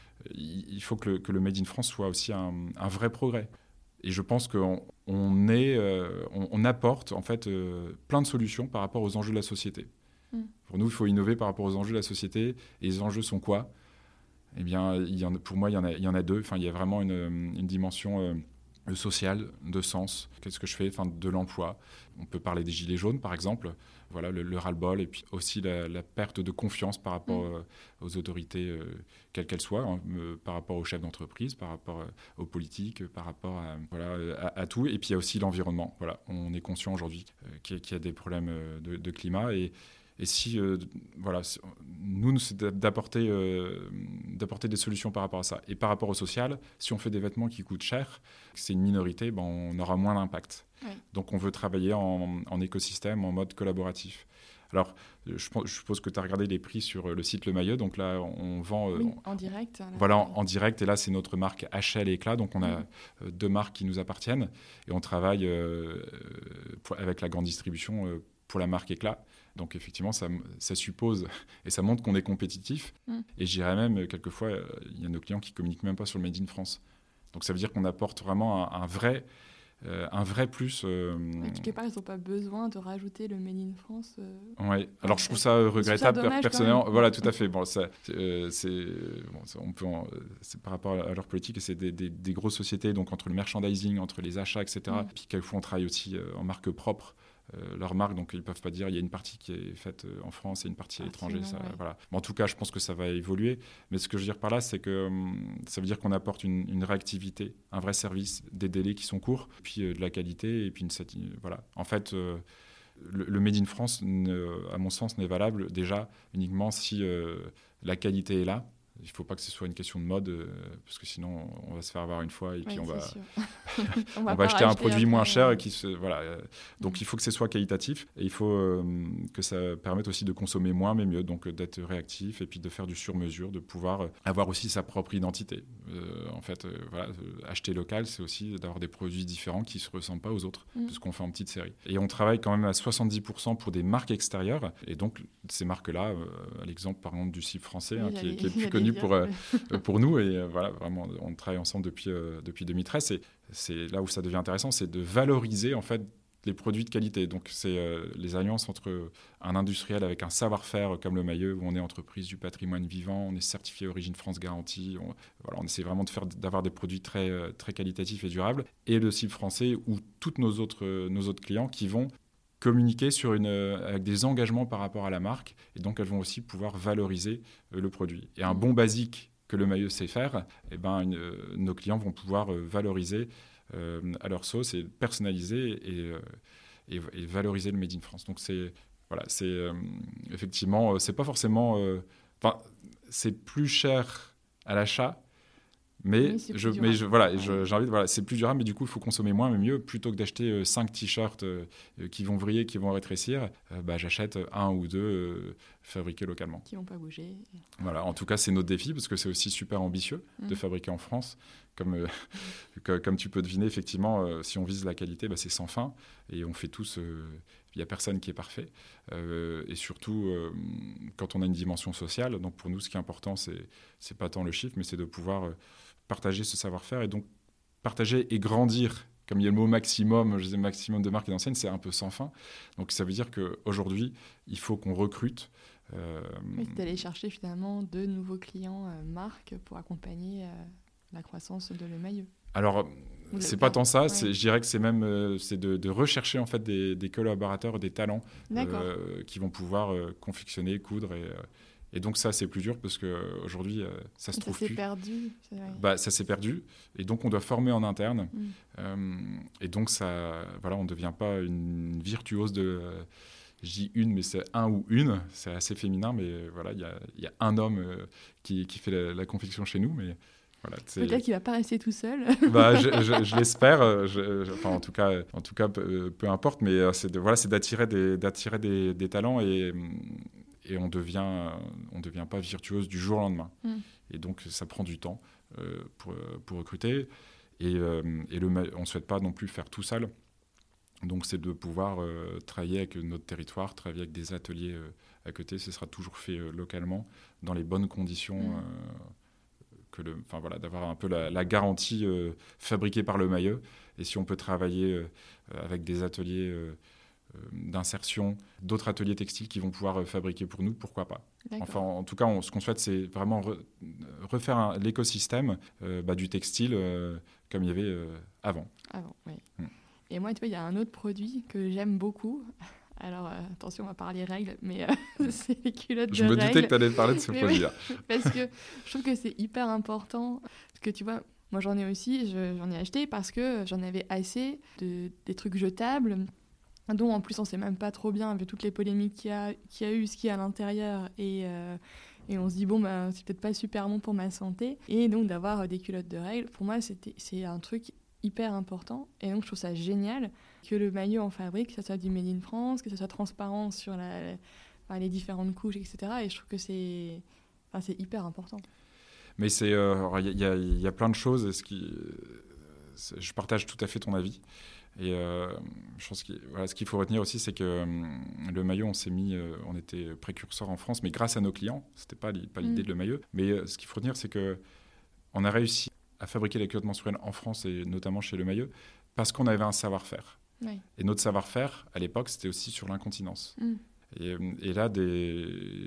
il faut que le, que le Made in France soit aussi un, un vrai progrès. Et je pense qu'on on est, euh, on, on apporte en fait euh, plein de solutions par rapport aux enjeux de la société. Mm. Pour nous, il faut innover par rapport aux enjeux de la société. Et les enjeux sont quoi ? Eh bien, il y en a, pour moi, il y en a, il y en a deux. Enfin, il y a vraiment une, une dimension euh, sociale, de sens. Qu'est-ce que je fais ? Enfin, de l'emploi. On peut parler des gilets jaunes, par exemple. Voilà, le, le ras-le-bol. Et puis aussi la, la perte de confiance par rapport mmh. euh, aux autorités, euh, quelles qu'elles soient, hein, euh, par rapport aux chefs d'entreprise, par rapport euh, aux politiques, par rapport à, voilà, à, à tout. Et puis il y a aussi l'environnement. Voilà, on est conscient aujourd'hui euh, qu'il, qu'il y a des problèmes euh, de, de climat. Et, Et si, euh, voilà, nous, c'est d'apporter, euh, d'apporter des solutions par rapport à ça. Et par rapport au social, si on fait des vêtements qui coûtent cher, c'est une minorité, ben, on aura moins d'impact. Oui. Donc on veut travailler en, en écosystème, en mode collaboratif. Alors, je, je suppose que tu as regardé les prix sur le site Le Maillot. Donc là, on vend... Oui, en direct. Voilà, en, en direct. Et là, c'est notre marque H L et Éclat. Donc on a mmh. deux marques qui nous appartiennent. Et on travaille euh, pour, avec la grande distribution euh, pour la marque Éclat. Donc effectivement, ça, ça suppose et ça montre qu'on est compétitif. Mm. Et je dirais même, quelquefois, il y a nos clients qui ne communiquent même pas sur le Made in France. Donc ça veut dire qu'on apporte vraiment un, un, vrai, euh, un vrai plus. Euh... Ouais, quelque part, ils n'ont pas besoin de rajouter le Made in France. Euh... Oui, alors je trouve ça regrettable personnellement. Voilà, tout à fait. Bon, ça, euh, c'est, bon, ça, on peut en, c'est par rapport à leur politique, et c'est des, des, des grosses sociétés, donc entre le merchandising, entre les achats, et cetera. Mm. Puis quelquefois, on travaille aussi euh, en marque propre. Euh, leur marque, donc ils ne peuvent pas dire il y a une partie qui est faite euh, en France et une partie à l'étranger. Ça, ouais. Voilà. Mais en tout cas, je pense que ça va évoluer. Mais ce que je veux dire par là, c'est que hum, ça veut dire qu'on apporte une, une réactivité, un vrai service, des délais qui sont courts, puis euh, de la qualité, et puis une sati- voilà. En fait, euh, le, le Made in France, ne, à mon sens, n'est valable déjà uniquement si euh, la qualité est là. Il ne faut pas que ce soit une question de mode, euh, parce que sinon, on va se faire avoir une fois et puis oui, on, va, on, va on va acheter un produit après, moins cher. Euh... Et qui se, voilà. Donc, mmh. il faut que ce soit qualitatif et il faut euh, que ça permette aussi de consommer moins, mais mieux. Donc, d'être réactif et puis de faire du sur-mesure, de pouvoir avoir aussi sa propre identité. Euh, en fait, euh, voilà, acheter local, c'est aussi d'avoir des produits différents qui ne se ressemblent pas aux autres, mmh. parce qu'on fait en petite série. Et on travaille quand même à soixante-dix pour cent pour des marques extérieures. Et donc, ces marques-là, euh, à l'exemple, par exemple, du C I B français, oui, hein, qui, est, qui est plus connu pour, euh, pour nous, et euh, voilà, vraiment, on travaille ensemble depuis, euh, depuis deux mille treize. C'est, c'est là où ça devient intéressant, c'est de valoriser en fait les produits de qualité. Donc, c'est euh, les alliances entre un industriel avec un savoir-faire comme le Maillot, où on est entreprise du patrimoine vivant, on est certifié Origine France Garantie, on, voilà, on essaie vraiment de faire, d'avoir des produits très, très qualitatifs et durables, et le C I B français, où tous nos autres, nos autres clients qui vont communiquer sur une, avec des engagements par rapport à la marque, et donc elles vont aussi pouvoir valoriser euh, le produit. Et un bon basique que le Maillot sait faire, eh ben, une, euh, nos clients vont pouvoir euh, valoriser euh, à leur sauce et personnaliser et, euh, et, et valoriser le Made in France. Donc c'est, voilà, c'est euh, effectivement, euh, c'est pas forcément, enfin, euh, c'est plus cher à l'achat. Mais, oui, je, mais je, voilà, je, j'ai envie de, voilà, c'est plus durable, mais du coup, il faut consommer moins, mais mieux. Plutôt que d'acheter euh, cinq t-shirts euh, qui vont vriller, qui vont rétrécir, euh, bah, j'achète un ou deux euh, fabriqués localement. Qui ne vont pas bouger. Voilà, en tout cas, c'est notre défi, parce que c'est aussi super ambitieux mmh. de fabriquer en France. Comme, euh, que, comme tu peux deviner, effectivement, euh, si on vise la qualité, bah, c'est sans fin. Et on fait tous... Euh, il n'y a personne qui est parfait. Euh, et surtout, euh, quand on a une dimension sociale, donc pour nous, ce qui est important, ce n'est pas tant le chiffre, mais c'est de pouvoir euh, partager ce savoir-faire et donc partager et grandir. Comme il y a le mot maximum, je disais maximum de marques et d'enseignes, c'est un peu sans fin. Donc ça veut dire qu'aujourd'hui, il faut qu'on recrute. Euh... Oui, c'est d'aller chercher finalement de nouveaux clients euh, marques pour accompagner euh, la croissance de Le Maillot. Alors, c'est pas tant ça, ouais. c'est, je dirais que c'est même euh, c'est de, de rechercher en fait des, des collaborateurs, des talents euh, qui vont pouvoir euh, confectionner, coudre et, euh, et donc ça c'est plus dur parce qu'aujourd'hui euh, ça se ça trouve s'est plus. Perdu, c'est vrai. Bah, ça s'est perdu et donc on doit former en interne mm. euh, et donc ça, voilà, on ne devient pas une virtuose de... Euh, je dis une, mais c'est un ou une, c'est assez féminin, mais voilà, il y a, y a un homme euh, qui, qui fait la, la confection chez nous, mais... Voilà, peut-être qu'il ne va pas rester tout seul. bah, je, je, je l'espère. Je, je, enfin, en tout cas, en tout cas peu, peu importe. Mais c'est, de, voilà, c'est d'attirer, des, d'attirer des, des talents et, et on ne devient, on devient pas virtuose du jour au lendemain. Mm. et donc ça prend du temps euh, pour, pour recruter. Et, euh, et le, on ne souhaite pas non plus le faire tout seul. Donc c'est de pouvoir euh, travailler avec notre territoire, travailler avec des ateliers euh, à côté. Ce sera toujours fait euh, localement, dans les bonnes conditions. Mmh. Euh, que le, enfin, voilà, d'avoir un peu la, la garantie euh, fabriquée par le Mailleux. Et si on peut travailler euh, avec des ateliers euh, d'insertion, d'autres ateliers textiles qui vont pouvoir euh, fabriquer pour nous, pourquoi pas. D'accord. Enfin, en tout cas, on, ce qu'on souhaite, c'est vraiment re, refaire un, l'écosystème euh, bah, du textile euh, comme il y avait euh, avant. Avant, oui. Mm. Et moi, tu vois, il y a un autre produit que j'aime beaucoup. Alors, euh, attention, on va parler règles, mais euh, c'est les culottes Je de me règles. doutais que tu allais parler de ce produit-là. Oui, parce que je trouve que c'est hyper important. Parce que tu vois, moi, j'en ai aussi, je, j'en ai acheté parce que j'en avais assez de, des trucs jetables, dont en plus on ne sait même pas trop bien, vu toutes les polémiques qu'il y a, qu'il y a eu, ce qu'il y a à l'intérieur. Et, euh, et on se dit, bon, bah, c'est peut-être pas super bon pour ma santé. Et donc, d'avoir des culottes de règles, pour moi, c'était, c'est un truc hyper important. Et donc, je trouve ça génial que le Mailleux en fabrique, que ça soit du Made in France, que ça soit transparent sur la, la, enfin, les différentes couches, et cetera. Et je trouve que c'est, enfin, c'est hyper important. Mais il euh, y, y, y a plein de choses. Ce qui, je partage tout à fait ton avis. Et euh, je pense que voilà, ce qu'il faut retenir aussi, c'est que euh, le Mailleux, on s'est mis, euh, on était précurseur en France, mais grâce à nos clients. C'était pas, pas l'idée mmh. de le Mailleux. Mais euh, ce qu'il faut retenir, c'est que on a réussi à fabriquer les culottes menstruelles en France et notamment chez le Mailleux parce qu'on avait un savoir-faire. Oui. Et notre savoir-faire, à l'époque, c'était aussi sur l'incontinence. Mm. Et, et là, des,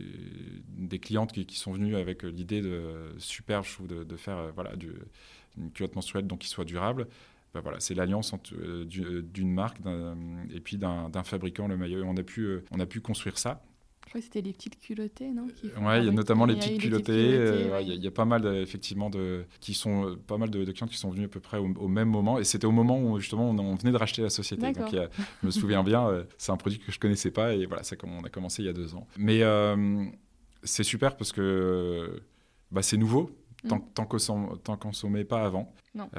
des clientes qui, qui sont venues avec l'idée de, superbe, je trouve, de, de faire voilà, du, une culotte menstruelle donc, qui soit durable, ben voilà, c'est l'alliance entre, euh, d'une marque d'un, et puis d'un, d'un fabricant, le Mailleux. On a pu, euh, on a pu construire ça. Je crois que c'était les petites culottées, non? Oui, il y a notamment les petites culottées. Il euh, ouais. y, y a pas mal, effectivement, de, qui sont, pas mal de, de clientes qui sont venues à peu près au, au même moment. Et c'était au moment où, justement, on, on venait de racheter la société. D'accord. Donc, a, je me souviens bien, euh, c'est un produit que je ne connaissais pas. Et voilà, ça, on a commencé il y a deux ans. Mais euh, c'est super parce que bah, c'est nouveau. Tant, mmh. tant, qu'on, tant qu'on ne s'en met pas avant.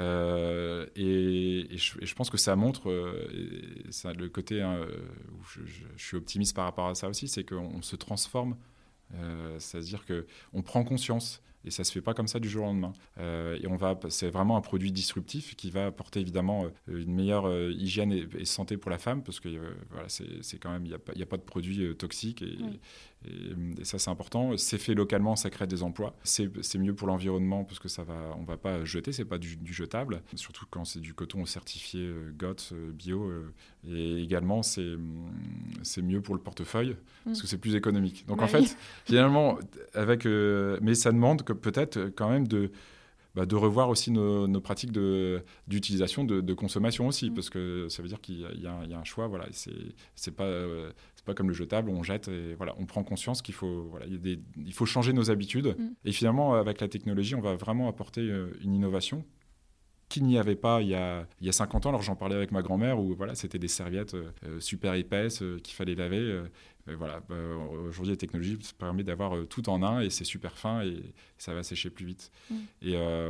Euh, et, et, je, et je pense que ça montre, euh, et ça, le côté hein, où je, je, je suis optimiste par rapport à ça aussi, c'est qu'on se transforme. Euh, c'est-à-dire qu'on prend conscience. Et ça ne se fait pas comme ça du jour au lendemain. Euh, et on va, c'est vraiment un produit disruptif qui va apporter évidemment euh, une meilleure euh, hygiène et, et santé pour la femme, parce que euh, voilà, c'est, c'est quand même, il n'y a, a pas de produits euh, toxiques. Et, oui. et, et ça, c'est important. C'est fait localement, ça crée des emplois. C'est, c'est mieux pour l'environnement, parce que ça va, on ne va pas jeter, ce n'est pas du, du jetable. Surtout quand c'est du coton certifié euh, G O T S, euh, bio. Euh, et également, c'est, c'est mieux pour le portefeuille, mmh. parce que c'est plus économique. Donc bah en oui. fait, finalement, avec, euh, mais ça demande que peut-être quand même de, bah, de revoir aussi nos, nos pratiques de, d'utilisation, de, de consommation aussi, mmh. parce que ça veut dire qu'il y a, il y a, il y a un choix. Voilà, c'est, c'est pas, euh, c'est pas comme le jetable, on jette et voilà, on prend conscience qu'il faut, voilà, il y a des, il faut changer nos habitudes. Mmh. Et finalement, avec la technologie, on va vraiment apporter une innovation qu'il n'y avait pas il y a, il y a cinquante ans. Alors j'en parlais avec ma grand-mère où voilà, c'était des serviettes euh, super épaisses euh, qu'il fallait laver. Euh, Et voilà, bah, aujourd'hui, la technologie permet d'avoir euh, tout en un et c'est super fin et ça va sécher plus vite. Mmh. Et euh,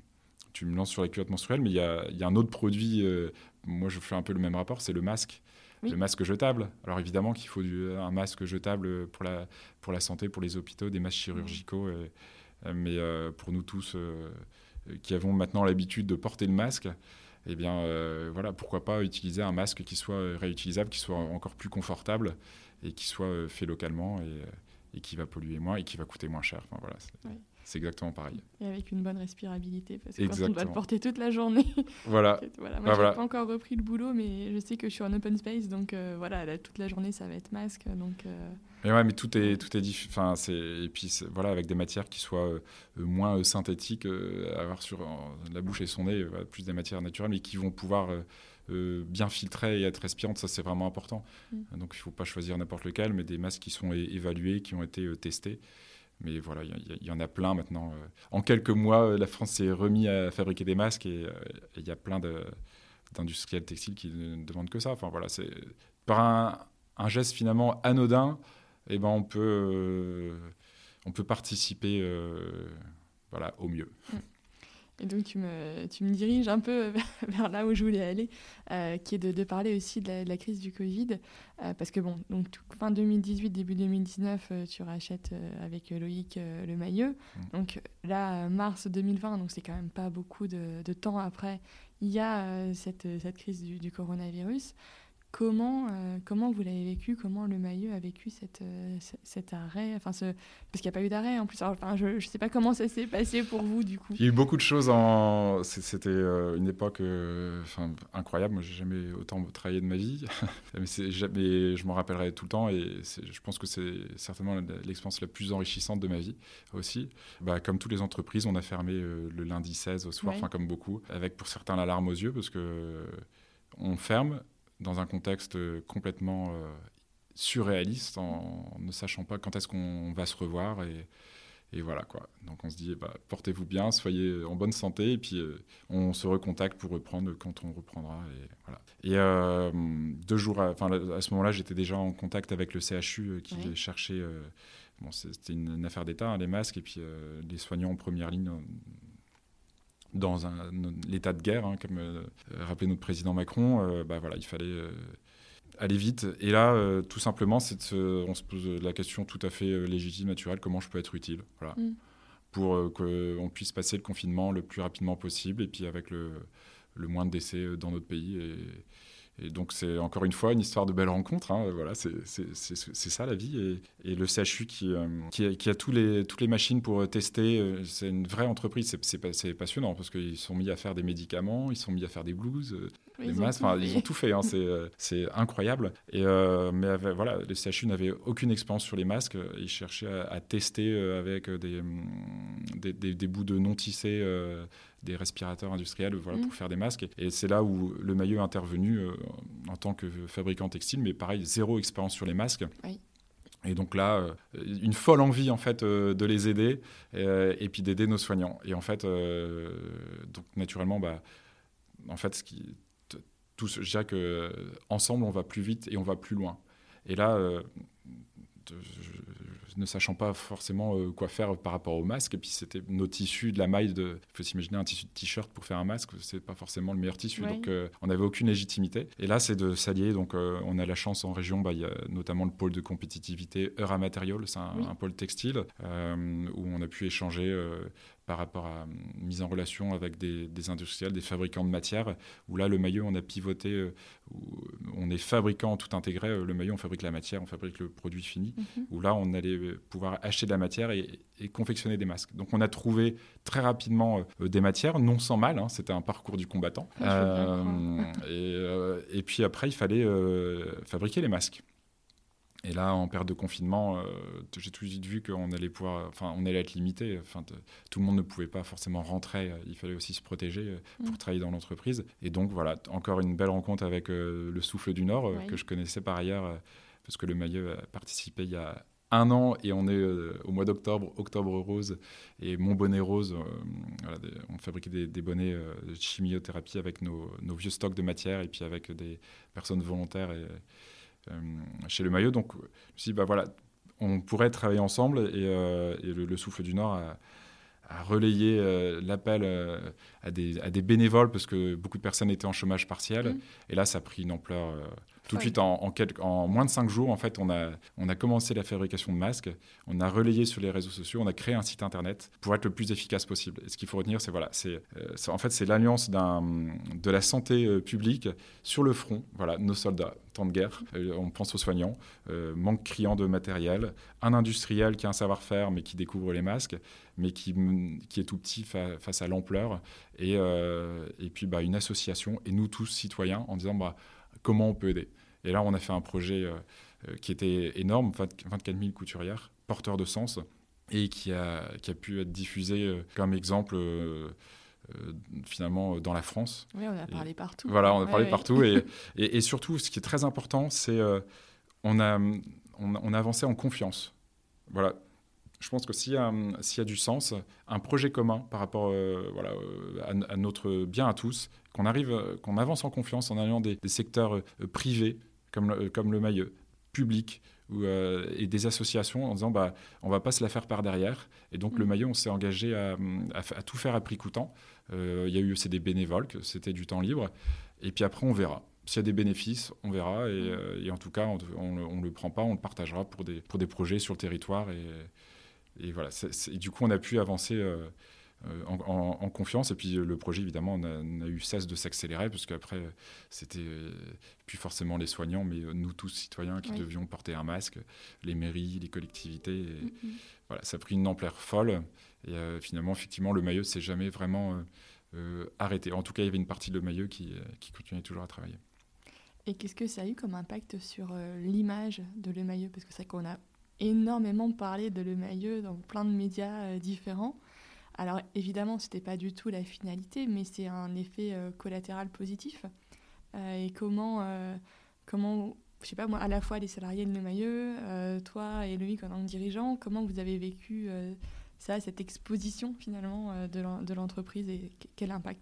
tu me lances sur les culottes menstruelles, mais il y a, y a un autre produit, euh, moi je fais un peu le même rapport, c'est le masque. Oui. Le masque jetable. Alors évidemment qu'il faut du, un masque jetable pour la, pour la santé, pour les hôpitaux, des masques chirurgicaux. Mmh. Et, mais euh, pour nous tous euh, qui avons maintenant l'habitude de porter le masque, eh bien euh, voilà, pourquoi pas utiliser un masque qui soit réutilisable, qui soit encore plus confortable et qui soit fait localement et, et qui va polluer moins et qui va coûter moins cher. Enfin, voilà, c'est, oui. c'est exactement pareil. Et avec une bonne respirabilité, parce que exactement. quand on doit le porter toute la journée. Voilà. voilà. Moi, bah, je n'ai voilà. pas encore repris le boulot, mais je sais que je suis en open space, donc euh, voilà, là, toute la journée, ça va être masque. Donc, euh... mais ouais, mais tout est, tout est diff... enfin, c'est... Et puis, c'est... voilà, avec des matières qui soient euh, moins euh, synthétiques, euh, avoir sur euh, la bouche et son nez, euh, plus des matières naturelles, mais qui vont pouvoir... Euh, Euh, bien filtrées et être respirantes, ça c'est vraiment important. Mmh. Donc il ne faut pas choisir n'importe lequel, mais des masques qui sont é- évalués, qui ont été euh, testés. Mais voilà, il y, y, y en a plein maintenant. Euh, en quelques mois, euh, la France s'est remis à fabriquer des masques et il euh, y a plein de, d'industriels textiles qui ne demandent que ça. Enfin voilà, c'est par un, un geste finalement anodin, eh ben on peut euh, on peut participer euh, voilà au mieux. Mmh. Et donc, tu me, tu me diriges un peu vers là où je voulais aller, euh, qui est de, de parler aussi de la, de la crise du Covid. Euh, parce que, bon, donc, tout, fin deux mille dix-huit, début deux mille dix-neuf, euh, tu rachètes euh, avec Loïc euh, le Mailleux. Mmh. Donc là, mars deux mille vingt, donc c'est quand même pas beaucoup de, de temps après, il y a euh, cette, cette crise du, du coronavirus. Comment, euh, comment vous l'avez vécu? Comment le Mailleux a vécu cette, euh, cet arrêt? Enfin, ce... Parce qu'il n'y a pas eu d'arrêt en plus. Alors, enfin, je ne sais pas comment ça s'est passé pour vous du coup. Il y a eu beaucoup de choses. En... C'était euh, une époque euh, incroyable. Moi, je n'ai jamais autant travaillé de ma vie. mais, jamais... je m'en rappellerai tout le temps. Et je pense que c'est certainement l'expérience la plus enrichissante de ma vie aussi. Bah, comme toutes les entreprises, on a fermé euh, le lundi seize au soir, ouais. Comme beaucoup, avec pour certains la larme aux yeux parce qu'on euh, ferme dans un contexte complètement euh, surréaliste, en, en ne sachant pas quand est-ce qu'on va se revoir. Et, et voilà, quoi. Donc on se dit, bah, portez-vous bien, soyez en bonne santé, et puis euh, on se recontacte pour reprendre quand on reprendra. Et, voilà. et euh, deux jours, à, à ce moment-là, j'étais déjà en contact avec le C H U qui ouais. cherchait... Euh, bon, c'était une, une affaire d'État, hein, les masques, et puis euh, les soignants en première ligne... dans un, un, l'état de guerre, hein, comme euh, rappelait notre président Macron, euh, bah, voilà, il fallait euh, aller vite. Et là, euh, tout simplement, c'est de se, on se pose la question tout à fait euh, légitime, naturelle, comment je peux être utile, voilà, mm. pour euh, qu'on puisse passer le confinement le plus rapidement possible et puis avec le, le moins de décès dans notre pays. Et, Et donc, c'est encore une fois une histoire de belles rencontres. Hein. Voilà, c'est, c'est, c'est, c'est ça la vie. Et, et le C H U qui, euh, qui, a, qui a tous les, toutes les machines pour tester, euh, c'est une vraie entreprise. C'est, c'est, c'est passionnant parce qu'ils sont mis à faire des médicaments, ils sont mis à faire des blouses, euh, des masques. Enfin, ils ont tout fait. Hein. C'est, euh, c'est incroyable. Et, euh, mais avec, voilà, le C H U n'avait aucune expérience sur les masques. Ils cherchaient à, à tester avec des, des, des, des bouts de non tissés. Euh, des respirateurs industriels voilà, mmh. pour faire des masques. Et c'est là où le Mailleux est intervenu euh, en tant que fabricant textile, mais pareil, zéro expérience sur les masques. Oui. Et donc là, euh, une folle envie en fait euh, de les aider euh, et puis d'aider nos soignants. Et en fait, euh, donc naturellement, bah, en fait, ce qui, t- tous, je dirais que ensemble, on va plus vite et on va plus loin. Et là, euh, je, ne sachant pas forcément euh, quoi faire par rapport au masque, et puis c'était nos tissus, de la maille, de, il faut s'imaginer un tissu de t-shirt pour faire un masque, c'est pas forcément le meilleur tissu, ouais. donc euh, on n'avait aucune légitimité. Et là, c'est de s'allier, donc euh, on a la chance en région, bah, y a notamment le pôle de compétitivité Eura Material, c'est un, oui. un pôle textile, euh, où on a pu échanger euh, par rapport à une mise en relation avec des, des industriels, des fabricants de matières, où là, le Mailleux, on a pivoté, euh, où on est fabricant tout intégré, euh, le Mailleux, on fabrique la matière, on fabrique le produit fini, mm-hmm. où là, on allait pouvoir acheter de la matière et, et confectionner des masques. Donc, on a trouvé très rapidement euh, des matières, non sans mal, hein, c'était un parcours du combattant. Euh, et, euh, et puis après, il fallait euh, fabriquer les masques. Et là, en période de confinement, euh, j'ai tout de suite vu qu'on allait pouvoir, enfin, on allait être limité. Enfin, de, tout le monde ne pouvait pas forcément rentrer. Il fallait aussi se protéger euh, pour mmh. travailler dans l'entreprise. Et donc, voilà, encore une belle rencontre avec euh, le Souffle du Nord, euh, oui. que je connaissais par ailleurs, euh, parce que le Mailleux a participé il y a un an, et on est euh, au mois d'octobre, Octobre Rose, et Mon Bonnet Rose. Euh, voilà, des, on fabriquait des, des bonnets euh, de chimiothérapie avec nos, nos vieux stocks de matière, et puis avec des personnes volontaires et Euh, chez le Mailleux. Donc, je me suis dit, bah voilà, on pourrait travailler ensemble, et, euh, et le, le Souffle du Nord a, a relayé euh, l'appel euh, à, des, à des bénévoles, parce que beaucoup de personnes étaient en chômage partiel. Mmh. Et là, ça a pris une ampleur euh, tout de suite. En, en, quelques, en moins de cinq jours, en fait, on a, on a commencé la fabrication de masques, on a relayé sur les réseaux sociaux, on a créé un site internet pour être le plus efficace possible. Et ce qu'il faut retenir, c'est, voilà, c'est, euh, c'est, en fait, c'est l'alliance d'un, de la santé euh, publique sur le front. Voilà, nos soldats, temps de guerre, euh, on pense aux soignants, euh, manque criant de matériel, un industriel qui a un savoir-faire mais qui découvre les masques, mais qui, qui est tout petit fa- face à l'ampleur, et, euh, et puis bah, une association, et nous tous citoyens, en disant bah, comment on peut aider. Et là, on a fait un projet euh, qui était énorme, vingt-quatre mille couturières, porteur de sens, et qui a, qui a pu être diffusé euh, comme exemple euh, euh, finalement dans la France. Oui, on a parlé et, partout. Voilà, on a ouais, parlé ouais. partout. Et, et, et surtout, ce qui est très important, c'est euh, on a, on, on a avancé en confiance. Voilà. Je pense que s'il y a, s'il y a du sens, un projet commun par rapport euh, voilà, euh, à, à notre bien à tous, qu'on arrive, qu'on avance en confiance en allant des, des secteurs euh, privés comme le, comme le Mailleux, publics ou, euh, et des associations en disant bah, on ne va pas se la faire par derrière. Et donc, mmh. le maillot, on s'est engagé à, à, à tout faire à prix coûtant. Euh, il y a eu c'est des bénévoles, que c'était du temps libre. Et puis après, on verra. S'il y a des bénéfices, on verra. Et, euh, et en tout cas, on ne le prend pas, on le partagera pour des, pour des projets sur le territoire. Et, et voilà. C'est, c'est, et du coup, on a pu avancer euh, en, en, en confiance. Et puis, le projet, évidemment, on a, on a eu cesse de s'accélérer, parce qu'après, c'était euh, plus forcément les soignants, mais nous tous, citoyens, qui oui. devions porter un masque, les mairies, les collectivités. Et, mm-hmm. voilà, ça a pris une ampleur folle. Et euh, finalement, effectivement, le Mailleux ne s'est jamais vraiment euh, euh, arrêté. En tout cas, il y avait une partie de le Mailleux qui, euh, qui continuait toujours à travailler. Et qu'est-ce que ça a eu comme impact sur euh, l'image de Le Mailleux ? Parce que c'est vrai qu'on a énormément parlé de Le Mailleux dans plein de médias euh, différents. Alors évidemment, ce n'était pas du tout la finalité, mais c'est un effet euh, collatéral positif. Euh, et comment, euh, comment, je sais pas moi, à la fois les salariés de Le Mailleux, euh, toi et Loïc en tant que dirigeant, comment vous avez vécu euh, ça, cette exposition finalement euh, de, de l'entreprise et quel impact ?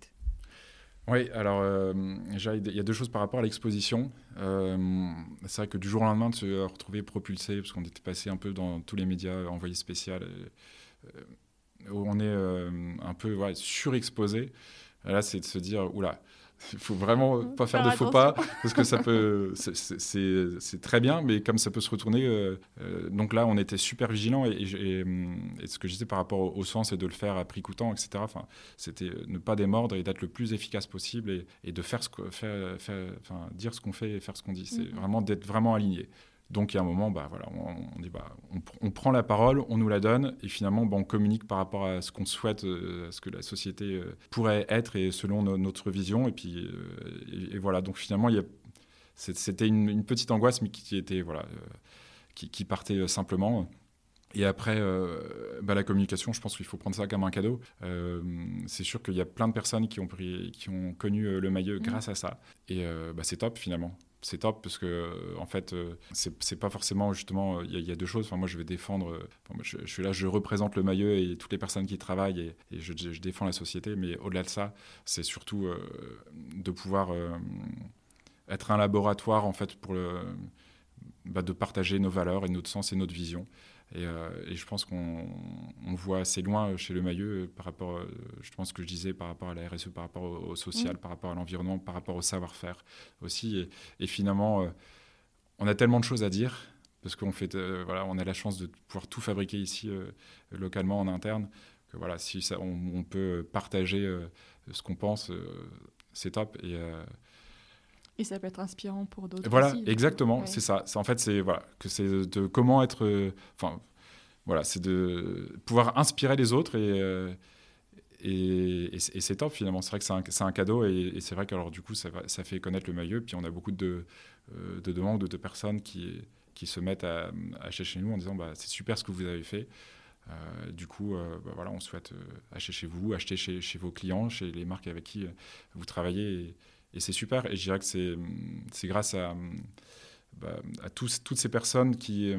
Oui, alors euh, déjà, il y a deux choses par rapport à l'exposition. Euh, c'est vrai que du jour au lendemain, de se retrouver propulsé, parce qu'on était passé un peu dans tous les médias, envoyé spécial, euh, où on est euh, un peu ouais, surexposé. Là, c'est de se dire, oula, il faut vraiment pas faire, faire de faux pas, parce que ça peut, c'est, c'est, c'est très bien, mais comme ça peut se retourner. Euh, euh, donc là, on était super vigilants, et, et, et ce que je disais par rapport au, au sens, c'est de le faire à prix coûtant, et cetera. Enfin, c'était ne pas démordre et d'être le plus efficace possible, et, et de faire ce que, faire, faire, enfin, dire ce qu'on fait et faire ce qu'on dit. C'est mm-hmm. vraiment d'être vraiment aligné. Donc, il y a un moment, bah, voilà, on, on, dit, bah, on, on prend la parole, on nous la donne, et finalement, bah, on communique par rapport à ce qu'on souhaite, euh, à ce que la société euh, pourrait être, et selon no, notre vision. Et puis, euh, et, et voilà. Donc, finalement, il y a, c'était une, une petite angoisse, mais qui était, voilà, euh, qui, qui partait euh, simplement. Et après, euh, bah, la communication, je pense qu'il faut prendre ça comme un cadeau. Euh, c'est sûr qu'il y a plein de personnes qui ont, pris, qui ont connu euh, le Mailleux mmh. grâce à ça. Et euh, bah, c'est top, finalement. C'est top parce que euh, en fait euh, c'est, c'est pas forcément justement il y, y a deux choses. Enfin, moi je vais défendre euh, enfin, moi, je, je suis là, je représente le Mailleux et toutes les personnes qui travaillent, et, et je, je défends la société, mais au-delà de ça, c'est surtout euh, de pouvoir euh, être un laboratoire en fait pour le bah, de partager nos valeurs et notre sens et notre vision. Et, euh, et je pense qu'on on voit assez loin chez le Mailleux par rapport, je pense que je disais, par rapport à la R S E, par rapport au, au social, mmh. par rapport à l'environnement, par rapport au savoir-faire aussi. Et, et finalement, euh, on a tellement de choses à dire, parce qu'on fait, euh, voilà, on a la chance de pouvoir tout fabriquer ici, euh, localement, en interne, que voilà, si ça, on, on peut partager euh, ce qu'on pense, euh, c'est top. Et, euh, Et ça peut être inspirant pour d'autres voilà, aussi. exactement, ouais. c'est ça. C'est, en fait, c'est, voilà, que c'est de comment être... Euh, enfin, voilà, c'est de pouvoir inspirer les autres, et, euh, et, et, et c'est top, finalement. C'est vrai que c'est un, c'est un cadeau, et, et c'est vrai que alors, du coup, ça, va, ça fait connaître le Mailleux. Puis on a beaucoup de, euh, de demandes, de, de personnes qui, qui se mettent à, à acheter chez nous en disant bah, « c'est super ce que vous avez fait ». Euh, du coup, euh, bah, voilà, on souhaite euh, acheter chez vous, acheter chez, chez vos clients, chez les marques avec qui euh, vous travaillez. Et, Et c'est super. Et je dirais que c'est, c'est grâce à, bah, à tous, toutes ces personnes qui...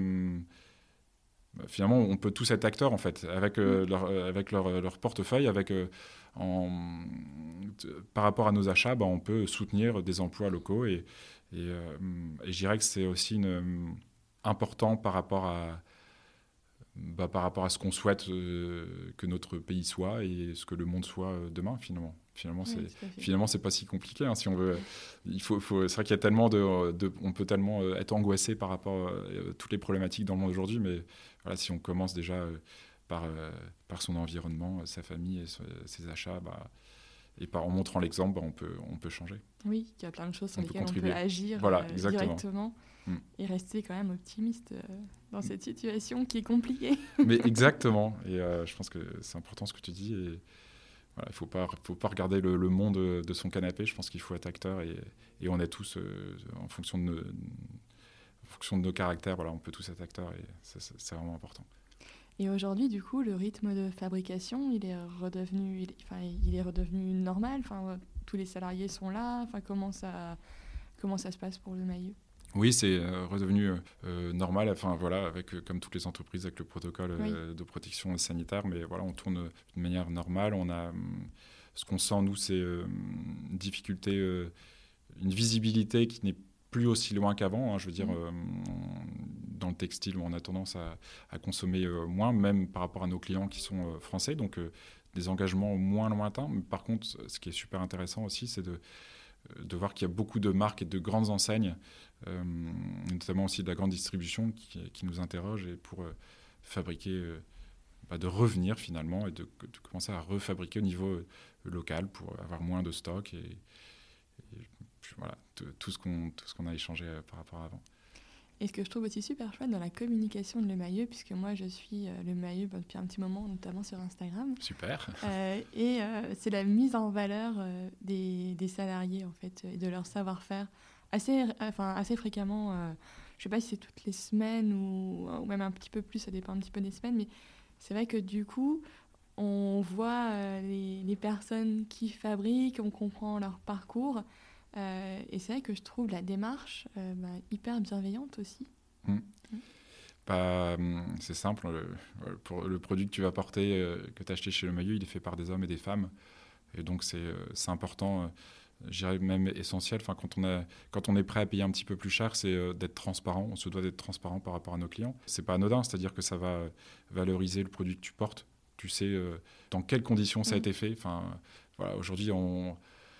Bah, finalement, on peut tous être acteurs, en fait, avec, euh, leur, avec leur, leur portefeuille. Avec, euh, en, par rapport à nos achats, bah, on peut soutenir des emplois locaux. Et, et, euh, et je dirais que c'est aussi une, important par rapport à... Bah, par rapport à ce qu'on souhaite euh, que notre pays soit et ce que le monde soit euh, demain, finalement. Finalement, oui, c'est, finalement, c'est pas si compliqué. Hein, si on veut, il faut, faut, c'est vrai qu'il y a tellement de, de, on peut tellement euh, être angoissé par rapport à euh, toutes les problématiques dans le monde aujourd'hui, mais voilà, si on commence déjà euh, par, euh, par son environnement, sa famille et ses achats, bah, et par, en montrant l'exemple, bah, on, peut, on peut changer. Oui, il y a plein de choses sur on lesquelles peut on peut agir voilà, euh, directement mm. et rester quand même optimiste euh, dans cette situation qui est compliquée. Mais exactement, et euh, je pense que c'est important ce que tu dis. Et voilà, il ne faut pas, faut pas regarder le, le monde de son canapé. Je pense qu'il faut être acteur, et, et on est tous, euh, en, fonction de nos, en fonction de nos caractères, voilà, on peut tous être acteurs, et ça, ça, c'est vraiment important. Et aujourd'hui, du coup, le rythme de fabrication, il est redevenu, il, enfin, il est redevenu normal. Enfin, tous les salariés sont là. Enfin, comment ça, comment ça se passe pour le Mailleux ? Oui, c'est euh, redevenu euh, normal. Enfin voilà, avec euh, comme toutes les entreprises, avec le protocole euh, oui. de protection sanitaire. Mais voilà, on tourne de manière normale. On a ce qu'on sent nous, c'est euh, une difficulté, euh, une visibilité qui n'est plus aussi loin qu'avant. Hein, je veux dire, Mmh. euh, dans le textile, on a tendance à, à consommer euh, moins, même par rapport à nos clients qui sont euh, français. Donc, euh, des engagements moins lointains. Mais par contre, ce qui est super intéressant aussi, c'est de, de voir qu'il y a beaucoup de marques et de grandes enseignes, euh, notamment aussi de la grande distribution, qui, qui nous interrogent et pour euh, fabriquer, euh, bah, de revenir finalement et de, de commencer à refabriquer au niveau euh, local pour avoir moins de stock et, et puis, voilà, tout, tout ce qu'on, tout ce qu'on a échangé euh, par rapport à avant. Et ce que je trouve aussi super chouette dans la communication de Le Maillot, puisque moi je suis euh, Le Maillot bah, depuis un petit moment, notamment sur Instagram. Super. Euh, et euh, c'est la mise en valeur euh, des, des salariés en fait, et de leur savoir-faire assez, enfin, assez fréquemment. Euh, je ne sais pas si c'est toutes les semaines ou, ou même un petit peu plus, ça dépend un petit peu des semaines, mais c'est vrai que du coup, on voit euh, les, les personnes qui fabriquent, on comprend leur parcours. Euh, et c'est vrai que je trouve la démarche euh, bah, hyper bienveillante aussi. Mmh. Mmh. Bah, c'est simple, le, pour le produit que tu vas porter, euh, que tu as acheté chez Le Maillot, il est fait par des hommes et des femmes. Et donc c'est, euh, c'est important, euh, je dirais même essentiel. Enfin, quand, on a, quand on est prêt à payer un petit peu plus cher, c'est euh, d'être transparent. On se doit d'être transparent par rapport à nos clients. C'est pas anodin, c'est-à-dire que ça va valoriser le produit que tu portes. Tu sais euh, dans quelles conditions ça a mmh. été fait. Enfin, voilà, aujourd'hui, on...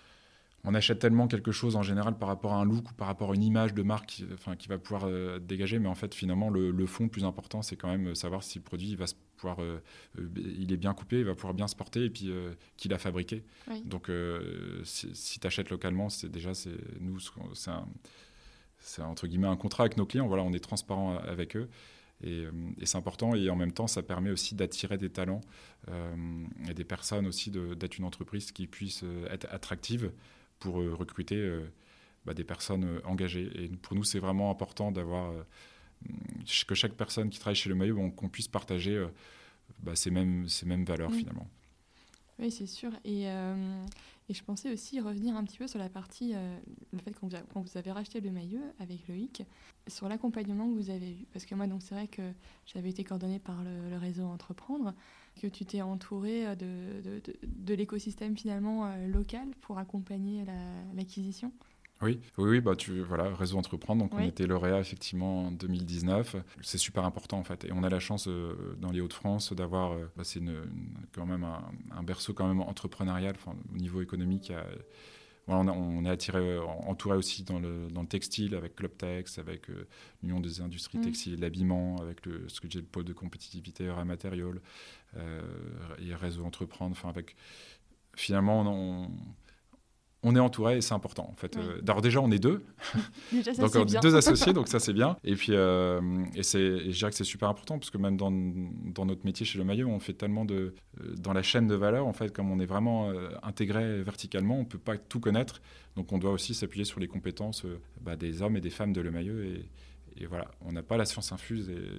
On achète tellement quelque chose en général par rapport à un look ou par rapport à une image de marque qui, enfin, qui va pouvoir euh, dégager, mais en fait finalement le, le fond le plus important c'est quand même savoir si le produit il va se pouvoir, euh, euh, il est bien coupé, il va pouvoir bien se porter et puis euh, qui l'a fabriqué. Oui. Donc euh, si, si tu achètes localement, c'est déjà c'est nous c'est, un, c'est entre guillemets un contrat avec nos clients. Voilà, on est transparent avec eux. Et, et c'est important et en même temps ça permet aussi d'attirer des talents euh, et des personnes aussi de, d'être une entreprise qui puisse être attractive pour euh, recruter euh, bah, des personnes euh, engagées. Et pour nous, c'est vraiment important d'avoir euh, que chaque personne qui travaille chez Le Maillot, bon, qu'on puisse partager euh, bah, ces, mêmes, ces mêmes valeurs mmh. finalement. Oui, c'est sûr. Et, euh, et je pensais aussi revenir un petit peu sur la partie, euh, le fait qu'on vous, a, qu'on vous avez racheté Le Maillot avec Loïc, sur l'accompagnement que vous avez eu. Parce que moi, donc, c'est vrai que j'avais été coordonnée par le, le réseau Entreprendre, que tu t'es entourée de, de, de, de l'écosystème finalement euh, local pour accompagner la, l'acquisition. Oui, oui, oui bah tu, voilà, Réseau Entreprendre, donc oui. On était lauréat effectivement en deux mille dix-neuf. C'est super important en fait. Et on a la chance euh, dans les Hauts-de-France d'avoir, euh, bah, c'est une, une, quand même un, un berceau quand même entrepreneurial, au niveau économique. À, voilà, on, a, on est attiré, entouré aussi dans le, dans le textile avec Clubtex, avec euh, l'Union des industries mmh. textiles et de l'habillement, avec le, ce que j'ai le pôle de compétitivité Eura Material euh, et Réseau Entreprendre. Enfin, avec finalement on, on est entouré et c'est important en fait. Oui. Euh, alors déjà on est deux, déjà, ça, donc c'est on bien. est deux associés, donc ça c'est bien. Et puis euh, et c'est, et je dirais que c'est super important parce que même dans, dans notre métier chez Le Maillot, on fait tellement de euh, dans la chaîne de valeur en fait, comme on est vraiment euh, intégré verticalement, on peut pas tout connaître, donc on doit aussi s'appuyer sur les compétences euh, bah, des hommes et des femmes de Le Maillot et, et voilà, on n'a pas la science infuse et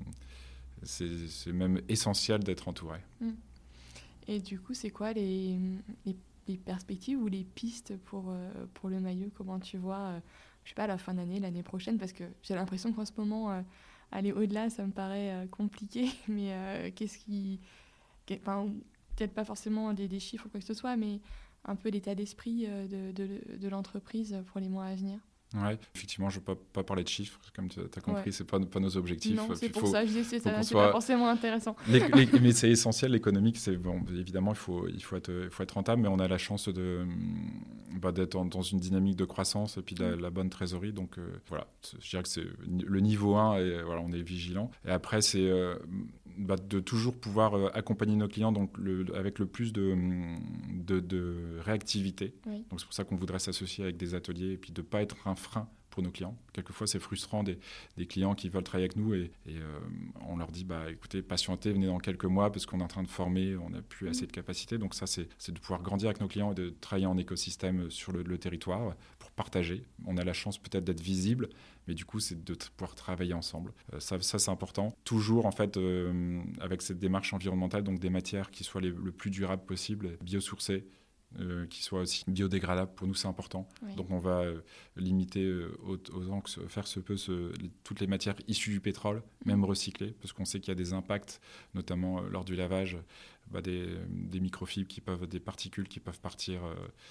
c'est, c'est même essentiel d'être entouré. Mmh. Et du coup, c'est quoi les, les les perspectives ou les pistes pour, euh, pour Le Maillot? Comment tu vois, euh, je sais pas, à la fin d'année, l'année prochaine? Parce que j'ai l'impression qu'en ce moment, euh, aller au-delà, ça me paraît euh, compliqué. Mais euh, qu'est-ce qui... Enfin, peut-être pas forcément des, des chiffres ou quoi que ce soit, mais un peu l'état d'esprit euh, de, de, de l'entreprise pour les mois à venir. Ouais, effectivement, je ne veux pas, pas parler de chiffres, comme tu as compris, ouais. ce n'est pas, pas nos objectifs. Non, c'est Puis pour faut, ça que je dis que c'est, ça, c'est soit... pas forcément intéressant. Les, les, mais c'est essentiel, l'économique, c'est, bon, évidemment, il faut, il, faut être, il faut être rentable, mais on a la chance de, bah, d'être en, dans une dynamique de croissance et puis de la, la bonne trésorerie. Donc euh, voilà, je dirais que c'est le niveau un, et voilà, on est vigilant. Et après, c'est euh, bah, de toujours pouvoir euh, accompagner nos clients donc le, avec le plus de, de, de réactivité. Oui. Donc c'est pour ça qu'on voudrait s'associer avec des ateliers et puis de ne pas être un frein pour nos clients. Quelquefois, c'est frustrant des, des clients qui veulent travailler avec nous et, et euh, on leur dit, bah, écoutez, patientez, venez dans quelques mois parce qu'on est en train de former, on n'a plus mmh. assez de capacité. Donc ça, c'est, c'est de pouvoir grandir avec nos clients et de travailler en écosystème sur le, le territoire pour partager. On a la chance peut-être d'être visible, mais du coup, c'est de t- pouvoir travailler ensemble. Euh, ça, ça, c'est important. Toujours, en fait, euh, avec cette démarche environnementale, donc des matières qui soient les, le plus durables possible, biosourcées, Euh, qui soit aussi biodégradable, pour nous c'est important. Oui. Donc on va euh, limiter euh, aux, aux angles, faire ce peu ce, les, toutes les matières issues du pétrole, mmh. même recyclées, parce qu'on sait qu'il y a des impacts, notamment euh, lors du lavage, bah, des, des microfibres qui peuvent, des particules qui peuvent partir euh,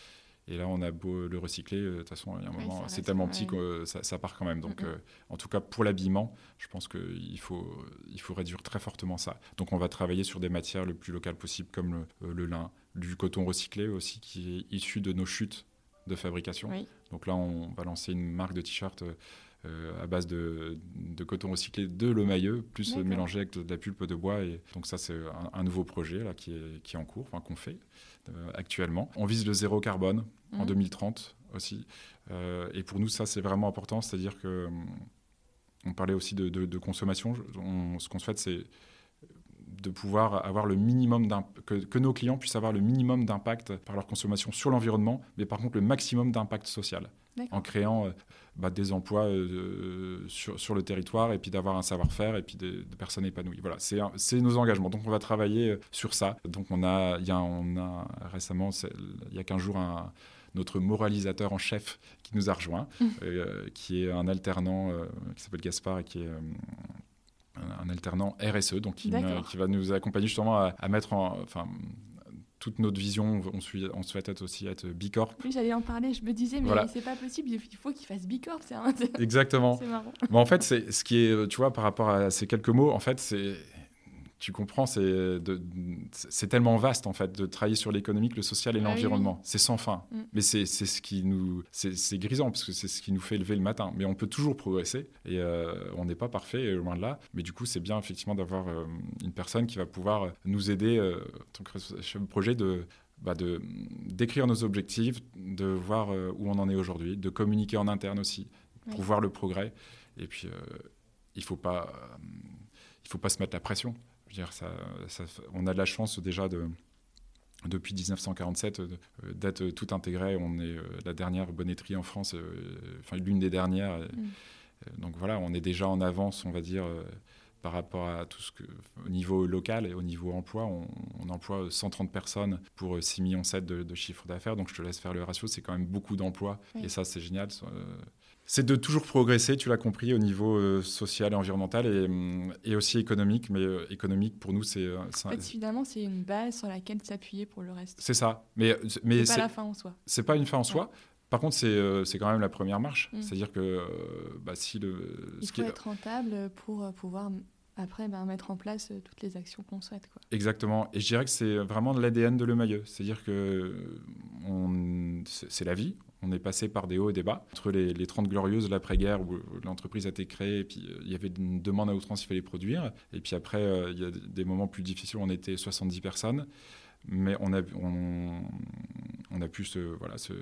Et là, on a beau le recycler, de toute façon, il y a un Oui, moment, ça c'est reste tellement quand petit même. que ça, ça part quand même. Donc, Mm-hmm. euh, en tout cas, pour l'habillement, je pense qu'il faut, il faut réduire très fortement ça. Donc, on va travailler sur des matières le plus locales possible, comme le, euh, le lin, du coton recyclé aussi, qui est issu de nos chutes de fabrication. Oui. Donc là, on va lancer une marque de t-shirt euh, à base de, de coton recyclé de l'Aumayeux, plus D'accord. mélangé avec de, de la pulpe de bois. Et donc ça, c'est un, un nouveau projet là, qui, est, qui est en cours, enfin, qu'on fait euh, actuellement. On vise le zéro carbone mmh. en deux mille trente aussi. Euh, et pour nous, ça, c'est vraiment important. C'est-à-dire que on parlait aussi de, de, de consommation. On, ce qu'on souhaite, c'est de pouvoir avoir le minimum que, que nos clients puissent avoir le minimum d'impact par leur consommation sur l'environnement, mais par contre le maximum d'impact social. D'accord. En créant euh, bah, des emplois euh, sur, sur le territoire et puis d'avoir un savoir-faire et puis des, des personnes épanouies. Voilà, c'est, un, c'est nos engagements. Donc on va travailler euh, sur ça. Donc on a, y a, on a récemment, il y a quinze jours, un, notre moralisateur en chef qui nous a rejoint, mmh. euh, qui est un alternant euh, qui s'appelle Gaspard et qui est... Euh, un alternant R S E, donc qui, me, qui va nous accompagner justement à, à mettre en... Enfin, toute notre vision, on, suit, on souhaite être aussi être Bicorp. Oui, j'allais en parler, je me disais, mais voilà. C'est pas possible, il faut qu'il fasse Bicorp. C'est un... Exactement. C'est marrant. Mais en fait, c'est, ce qui est, tu vois, par rapport à ces quelques mots, en fait, c'est... Tu comprends, c'est, de, c'est tellement vaste en fait de travailler sur l'économique, le social et ah l'environnement. Oui, oui. C'est sans fin. Mm. Mais c'est, c'est ce qui nous, c'est, c'est grisant parce que c'est ce qui nous fait lever le matin. Mais on peut toujours progresser et euh, on n'est pas parfait, loin de là. Mais du coup, c'est bien effectivement d'avoir euh, une personne qui va pouvoir nous aider euh, en tant que chef de projet de Bah de, d'écrire nos objectifs, de voir euh, où on en est aujourd'hui, de communiquer en interne aussi pour oui. voir le progrès. Et puis, euh, il ne faut pas, euh, il faut pas se mettre la pression. Je veux dire, ça, ça, on a de la chance déjà de, depuis dix-neuf cent quarante-sept euh, d'être tout intégré. On est euh, la dernière bonneterie en France, euh, enfin l'une des dernières. Mm. Euh, donc voilà, on est déjà en avance, on va dire, euh, par rapport à tout ce que, au niveau local et au niveau emploi. On, on emploie cent trente personnes pour six virgule sept millions de, de chiffre d'affaires. Donc je te laisse faire le ratio, c'est quand même beaucoup d'emplois. Oui. Et ça, c'est génial. Euh, c'est de toujours progresser, tu l'as compris, au niveau euh, social et environnemental et, et aussi économique. Mais euh, économique, pour nous, c'est... c'est en fait, finalement, c'est une base sur laquelle s'appuyer pour le reste. C'est ça. Mais, mais c'est pas la fin en soi. C'est pas une fin en soi. Ouais. Par contre, c'est, euh, c'est quand même la première marche. Mmh. C'est-à-dire que euh, bah, si le... Il faut être rentable pour pouvoir... Après, ben, mettre en place euh, toutes les actions qu'on souhaite. Quoi. Exactement. Et je dirais que c'est vraiment de l'A D N de l'Aumayeux. C'est-à-dire que on, c'est, c'est la vie. On est passé par des hauts et des bas. Entre les, les trente glorieuses de l'après-guerre où l'entreprise a été créée, et puis euh, il y avait une demande à outrance, il fallait produire. Et puis après, euh, il y a des moments plus difficiles où on était soixante-dix personnes. Mais on a, on, on a pu se... Voilà, se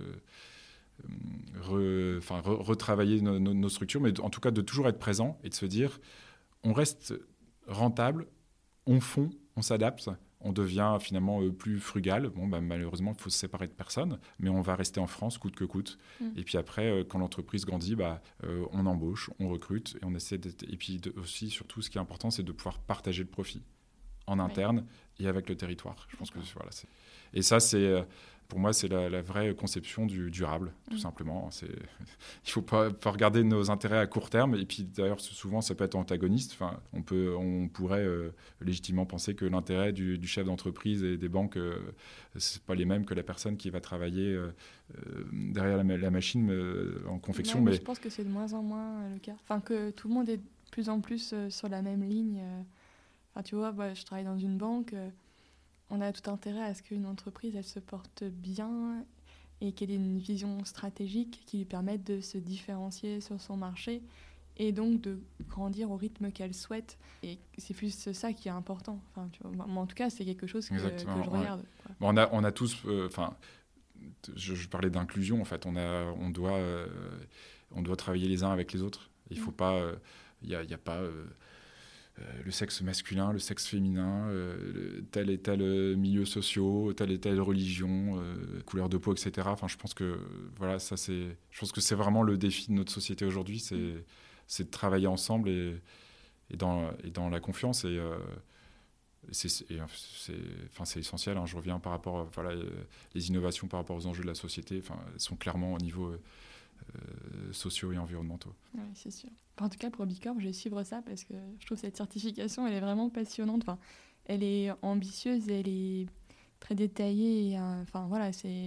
re, enfin, re, retravailler nos, nos, nos structures, mais en tout cas de toujours être présent et de se dire... On reste rentable, on fond, on s'adapte, on devient finalement euh, plus frugal. Bon, bah, malheureusement, il faut se séparer de personne, mais on va rester en France coûte que coûte. Mmh. Et puis après, euh, quand l'entreprise grandit, bah, euh, on embauche, on recrute et on essaie d'être... Et puis de, aussi, surtout, ce qui est important, c'est de pouvoir partager le profit en interne oui. et avec le territoire. Je pense que voilà. C'est... Et ça, c'est pour moi, c'est la, la vraie conception du durable, tout mmh. simplement. C'est... Il ne faut pas, pas regarder nos intérêts à court terme. Et puis, d'ailleurs, souvent, ça peut être antagoniste. Enfin, on, peut, on pourrait euh, légitimement penser que l'intérêt du, du chef d'entreprise et des banques, euh, ce n'est pas les mêmes que la personne qui va travailler euh, derrière la, la machine euh, en confection. Non, mais mais... je pense que c'est de moins en moins le cas. Enfin, que tout le monde est de plus en plus euh, sur la même ligne. Enfin, tu vois, bah, je travaille dans une banque... Euh, on a tout intérêt à ce qu'une entreprise elle se porte bien et qu'elle ait une vision stratégique qui lui permette de se différencier sur son marché et donc de grandir au rythme qu'elle souhaite. Et c'est plus ça qui est important. Enfin, tu vois, moi, en tout cas, c'est quelque chose que, que je regarde. Ouais. Bon, on, a, on a tous... Enfin, euh, je, je parlais d'inclusion, en fait. On, a, on, doit, euh, on doit travailler les uns avec les autres. Il ne faut mmh. pas... Il n'y a, y a pas... Euh, Euh, le sexe masculin, le sexe féminin, euh, tel et tel euh, milieu sociaux, telle et telle religion, euh, couleur de peau, et cetera. Enfin, je pense que voilà, ça c'est, je pense que c'est vraiment le défi de notre société aujourd'hui, c'est, c'est de travailler ensemble et, et dans et dans la confiance et euh, c'est, et c'est, enfin, c'est essentiel. Hein, je reviens par rapport, à, voilà, les innovations par rapport aux enjeux de la société, enfin, elles sont clairement au niveau euh, Euh, sociaux et environnementaux. Oui, c'est sûr. En tout cas, pour Bicorp, je vais suivre ça parce que je trouve cette certification, elle est vraiment passionnante. Enfin, elle est ambitieuse, elle est très détaillée. Et, euh, enfin, voilà, c'est...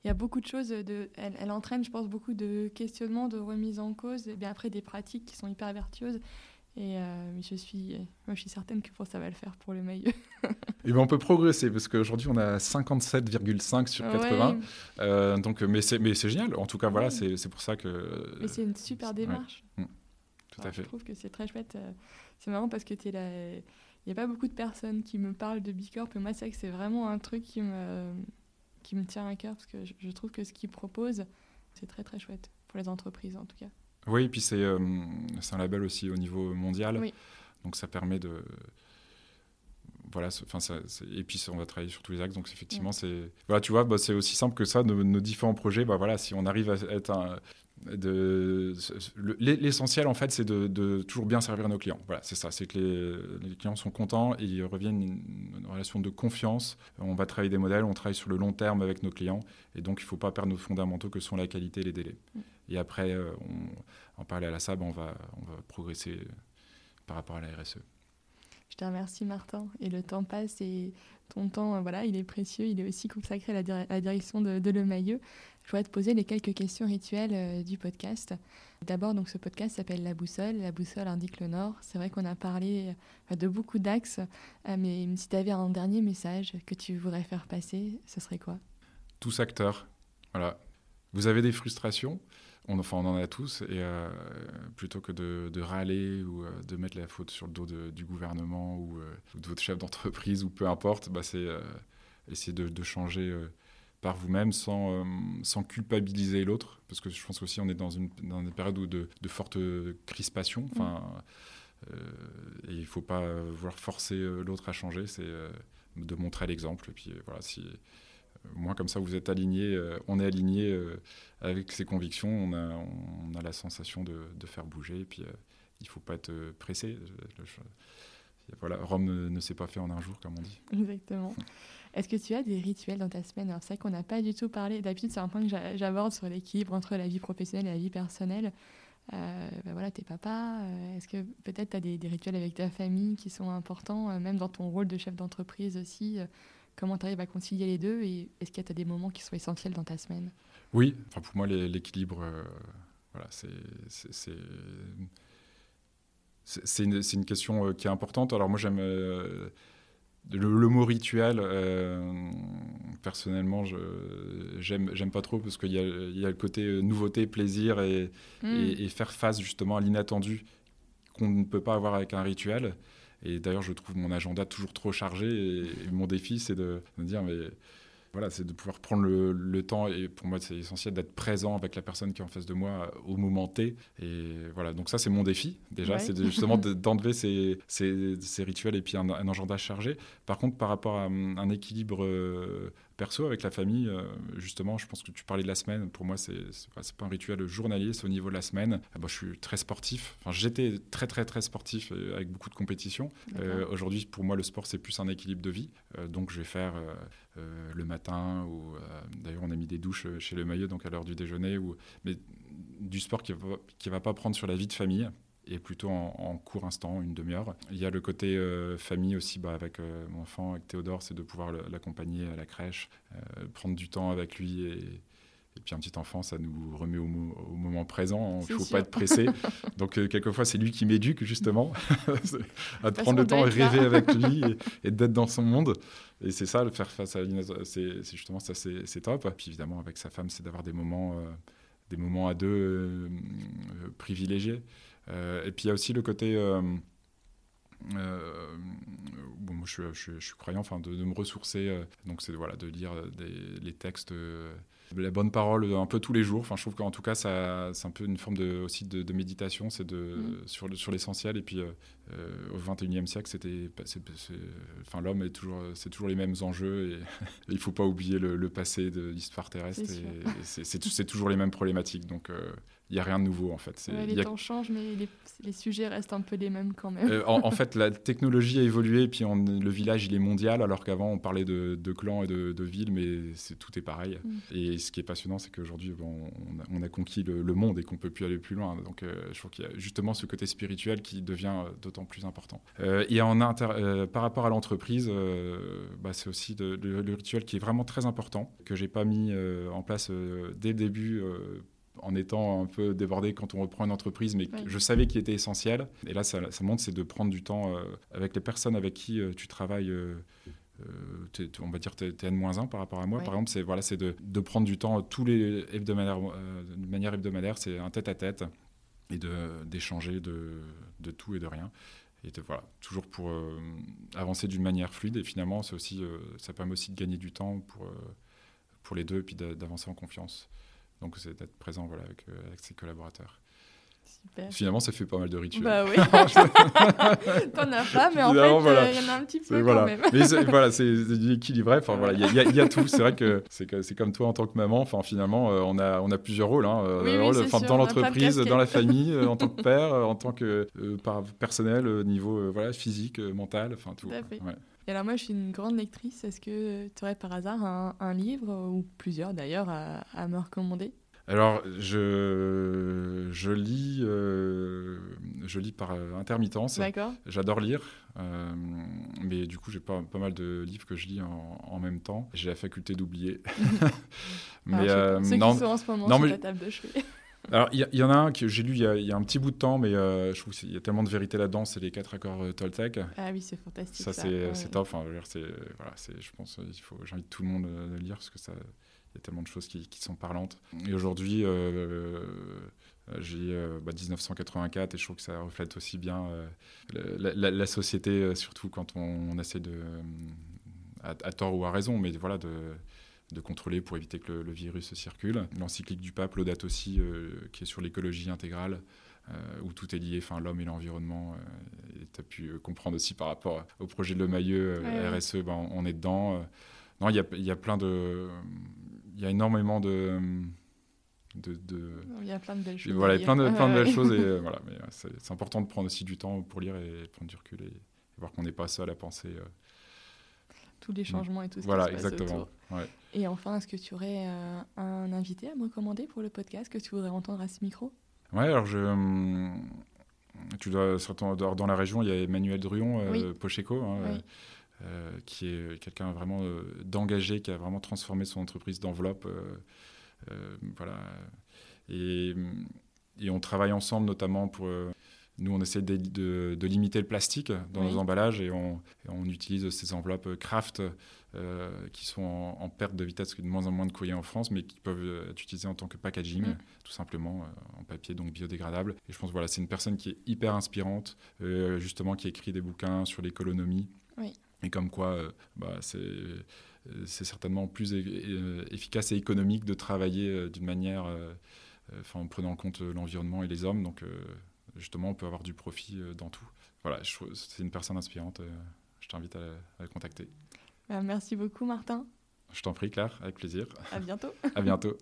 il y a beaucoup de choses, de, elle, elle entraîne, je pense, beaucoup de questionnements, de remises en cause, et bien après des pratiques qui sont hyper vertueuses. Et euh, je suis, moi, je suis certaine que pour ça va le faire pour le maillot. Et ben on peut progresser parce qu'aujourd'hui on a cinquante-sept virgule cinq sur quatre-vingts. Ouais. Euh, donc, mais c'est, mais c'est génial. En tout cas, ouais. voilà, c'est, c'est pour ça que. Mais c'est une super démarche. Ouais. Mmh. Tout Alors, à fait. Je trouve que c'est très chouette. C'est marrant parce que t'es là. Il n'y a pas beaucoup de personnes qui me parlent de Bicorp. Et moi, c'est vrai que c'est vraiment un truc qui me, qui me tient à cœur parce que je, je trouve que ce qu'ils proposent, c'est très très chouette pour les entreprises en tout cas. Oui, et puis c'est, euh, c'est un label aussi au niveau mondial. Oui. Donc ça permet de. Voilà, enfin, ça, c'est... et puis on va travailler sur tous les axes. Donc effectivement, ouais. c'est. Voilà, tu vois, bah, c'est aussi simple que ça. Nos, nos différents projets, bah, voilà, si on arrive à être un. De, le, l'essentiel en fait c'est de, de toujours bien servir nos clients, voilà, c'est ça, c'est que les, les clients sont contents et ils reviennent une, une relation de confiance. On va travailler des modèles, on travaille sur le long terme avec nos clients et donc il ne faut pas perdre nos fondamentaux que sont la qualité et les délais. Mm. Et après on, en parler à la S A B, on va, on va progresser par rapport à la R S E. Je te remercie Martin, et le temps passe et ton temps, voilà, il est précieux, il est aussi consacré à la, dir- à la direction de, de Le Maillot. Je voudrais te poser les quelques questions rituelles euh, du podcast. D'abord, donc, ce podcast s'appelle La Boussole. La boussole indique le nord. C'est vrai qu'on a parlé euh, de beaucoup d'axes, euh, mais si tu avais un dernier message que tu voudrais faire passer, ce serait quoi ? Tous acteurs, voilà. Vous avez des frustrations ? On, enfin, on en a tous, et euh, plutôt que de, de râler ou euh, de mettre la faute sur le dos de, du gouvernement ou, euh, ou de votre chef d'entreprise ou peu importe, bah, c'est euh, essayer de, de changer euh, par vous-même sans, euh, sans culpabiliser l'autre, parce que je pense aussi on est dans une, dans une période où de, de forte crispation, enfin, euh, et il ne faut pas vouloir forcer l'autre à changer, c'est euh, de montrer l'exemple, et puis voilà, si... Moi, comme ça, vous êtes aligné, euh, on est aligné euh, avec ses convictions, on a, on a la sensation de, de faire bouger, et puis euh, il ne faut pas être euh, pressé. Je, je, voilà, Rome ne, ne s'est pas fait en un jour, comme on dit. Exactement. Est-ce que tu as des rituels dans ta semaine ? Alors, c'est vrai qu'on n'a pas du tout parlé, d'habitude c'est un point que j'a, j'aborde sur l'équilibre entre la vie professionnelle et la vie personnelle. Euh, ben voilà, t'es papa, euh, est-ce que peut-être tu as des, des rituels avec ta famille qui sont importants, euh, même dans ton rôle de chef d'entreprise aussi euh, Comment tu arrives à concilier les deux et est-ce qu'il y a des moments qui sont essentiels dans ta semaine ? Oui, enfin pour moi, les, l'équilibre, euh, voilà, c'est, c'est, c'est, c'est, c'est, une, c'est une question euh, qui est importante. Alors moi, j'aime euh, le, le mot rituel. Euh, personnellement, je, j'aime, j'aime pas trop parce qu'il y a, il y a le côté nouveauté, plaisir et, mmh. et, et faire face justement à l'inattendu qu'on ne peut pas avoir avec un rituel. Et d'ailleurs, je trouve mon agenda toujours trop chargé. Et, et mon défi, c'est de me dire, mais voilà, c'est de pouvoir prendre le, le temps. Et pour moi, c'est essentiel d'être présent avec la personne qui est en face de moi au moment T. Et voilà, donc ça, c'est mon défi. Déjà, ouais. c'est de, justement de, d'enlever ces, ces, ces rituels et puis un, un agenda chargé. Par contre, par rapport à un, un équilibre euh, perso avec la famille, euh, justement, je pense que tu parlais de la semaine. Pour moi, c'est, c'est, c'est pas un rituel journalier, c'est au niveau de la semaine. Ah bah, je suis très sportif. Enfin, j'étais très, très, très sportif avec beaucoup de compétitions. Euh, aujourd'hui, pour moi, le sport, c'est plus un équilibre de vie. Euh, donc, je vais faire euh, euh, le matin, ou, euh, d'ailleurs, on a mis des douches chez Le Maillot, donc à l'heure du déjeuner, ou, mais du sport qui ne va, qui va pas prendre sur la vie de famille. Et plutôt en, en court instant, une demi-heure. Il y a le côté euh, famille aussi, bah, avec euh, mon enfant, avec Théodore, c'est de pouvoir le, l'accompagner à la crèche, euh, prendre du temps avec lui. Et, et puis un petit enfant, ça nous remet au, mo- au moment présent. Il ne faut sûr. pas être pressé. Donc euh, quelquefois, c'est lui qui m'éduque, justement, à prendre le temps et rêver avec lui et, et d'être dans son monde. Et c'est ça, le faire face à l'inattendu, c'est, c'est justement ça, c'est, c'est top. Puis évidemment, avec sa femme, c'est d'avoir des moments, euh, des moments à deux euh, euh, privilégiés. Euh, et puis il y a aussi le côté, euh, euh, bon, moi je, je, je suis croyant, enfin de, de me ressourcer, euh, donc c'est voilà, de lire des, les textes, euh, la bonne parole un peu tous les jours. Enfin je trouve qu'en tout cas ça, c'est un peu une forme de, aussi de, de méditation, c'est de, mmh. sur, le, sur l'essentiel. Et puis euh, euh, au vingt et unième siècle, c'était, c'est, c'est, enfin l'homme est toujours, c'est toujours les mêmes enjeux et il faut pas oublier le, le passé de l'histoire terrestre. C'est, et, et c'est, c'est, c'est toujours les mêmes problématiques. Donc euh, il n'y a rien de nouveau, en fait. C'est, ouais, les a... temps changent, mais les, les sujets restent un peu les mêmes quand même. Euh, en, en fait, la technologie a évolué, et puis on, le village il est mondial, alors qu'avant on parlait de, de clans et de, de villes, mais c'est, tout est pareil. Mm. Et ce qui est passionnant, c'est qu'aujourd'hui bon, on, a, on a conquis le, le monde et qu'on peut plus aller plus loin. Donc euh, je trouve qu'il y a justement ce côté spirituel qui devient d'autant plus important. Euh, et en inter, euh, par rapport à l'entreprise, euh, bah, c'est aussi de, de, le rituel qui est vraiment très important, que j'ai pas mis euh, en place euh, dès le début. Euh, en étant un peu débordé quand on reprend une entreprise, mais oui. je savais qu'il était essentiel. Et là, ça, ça montre, c'est de prendre du temps euh, avec les personnes avec qui euh, tu travailles, euh, euh, on va dire t'es N moins un par rapport à moi. Oui. Par exemple, c'est, voilà, c'est de, de prendre du temps tous les hebdomadaires, euh, de manière hebdomadaire, c'est un tête-à-tête, et de, d'échanger de, de tout et de rien. Et de, voilà, toujours pour euh, avancer d'une manière fluide. Et finalement, c'est aussi, euh, ça permet aussi de gagner du temps pour, euh, pour les deux, et puis d'avancer en confiance. Donc, c'est d'être présent voilà, avec, euh, avec ses collaborateurs. Super. Finalement, ça fait pas mal de rituels. Bah oui. T'en as pas, mais en fait, il voilà. y en a un petit peu c'est, voilà. quand même. Mais c'est, voilà, c'est, c'est équilibré. Enfin, voilà, il y, y, y a tout. C'est vrai que c'est, que c'est comme toi en tant que maman. Enfin, finalement, euh, on a on a plusieurs rôles. Hein, oui, oui, rôle, enfin, dans l'entreprise, dans la famille, euh, en tant que père, euh, en tant que euh, par personnel, au niveau euh, voilà physique, euh, mental, enfin tout. Tout à fait. Ouais. Et alors moi, je suis une grande lectrice. Est-ce que tu aurais par hasard un, un livre ou plusieurs d'ailleurs à, à me recommander? Alors, je, je, lis, euh, je lis par intermittence. D'accord. J'adore lire, euh, mais du coup, j'ai pas, pas mal de livres que je lis en, en même temps. J'ai la faculté d'oublier. mais alors, euh, ceux non, qui sont en ce moment non, sur mais... la table de chevet. Alors, il y, y en a un que j'ai lu il y a, il y a un petit bout de temps, mais euh, je trouve qu'il y a tellement de vérité là-dedans, c'est les quatre accords euh, Toltec. Ah oui, c'est fantastique. Ça, ça. C'est, ouais. c'est top. Enfin, c'est, voilà, c'est, je pense il faut, j'invite tout le monde à le lire parce que ça... Il y a tellement de choses qui, qui sont parlantes. Et aujourd'hui, euh, j'ai euh, bah, dix-neuf cent quatre-vingt-quatre et je trouve que ça reflète aussi bien euh, la, la, la société, surtout quand on, on essaie de, à, à tort ou à raison, mais voilà, de, de contrôler pour éviter que le, le virus circule. L'encyclique du pape, Laudato Si, euh, qui est sur l'écologie intégrale, euh, où tout est lié, enfin l'homme et l'environnement. Euh, et tu as pu comprendre aussi par rapport au projet de Le Mailleux, euh, ouais, R S E, ben, on, on est dedans. Euh, non, il y a, y a plein de... Il y a énormément de, de, de... Il y a plein de belles choses. Voilà, il y a plein de, plein de belles choses. Et, euh, voilà, mais c'est, c'est important de prendre aussi du temps pour lire et prendre du recul et, et voir qu'on n'est pas seul à penser. Euh... Tous les changements et tout ce voilà, qui se passe exactement. autour. Ouais. Et enfin, est-ce que tu aurais euh, un invité à me recommander pour le podcast que tu voudrais entendre à ce micro? Oui, alors je... Hum, tu dois, dans la région, il y a Emmanuel Druon, euh, oui. Pocheco, hein, oui. Euh, qui est quelqu'un vraiment euh, d'engagé, qui a vraiment transformé son entreprise d'enveloppe. Euh, euh, voilà. Et, et on travaille ensemble notamment pour... Euh, nous, on essaie de, de, de limiter le plastique dans oui. nos emballages et on, et on utilise ces enveloppes craft euh, qui sont en, en perte de vitesse, parce qu'il y a de moins en moins de courrier en France, mais qui peuvent être utilisés en tant que packaging, mmh. tout simplement, euh, en papier, donc biodégradable. Et je pense que voilà, c'est une personne qui est hyper inspirante, euh, justement, qui écrit des bouquins sur l'économie. Oui. Et comme quoi, euh, bah, c'est, c'est certainement plus é- efficace et économique de travailler euh, d'une manière, euh, euh, en prenant en compte l'environnement et les hommes. Donc, euh, justement, on peut avoir du profit euh, dans tout. Voilà, je trouve, c'est une personne inspirante. Euh, je t'invite à, à la contacter. Euh, merci beaucoup, Martin. Je t'en prie, Claire, avec plaisir. À bientôt. À bientôt.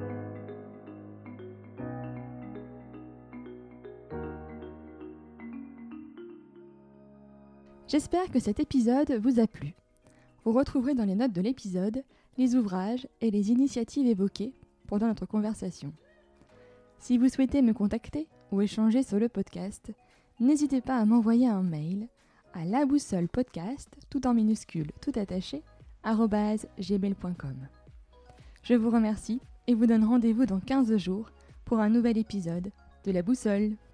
J'espère que cet épisode vous a plu. Vous retrouverez dans les notes de l'épisode les ouvrages et les initiatives évoquées pendant notre conversation. Si vous souhaitez me contacter ou échanger sur le podcast, n'hésitez pas à m'envoyer un mail à laboussolepodcast, tout en minuscules, tout attaché, arobase gmail point com. Je vous remercie et vous donne rendez-vous dans quinze jours pour un nouvel épisode de La Boussole.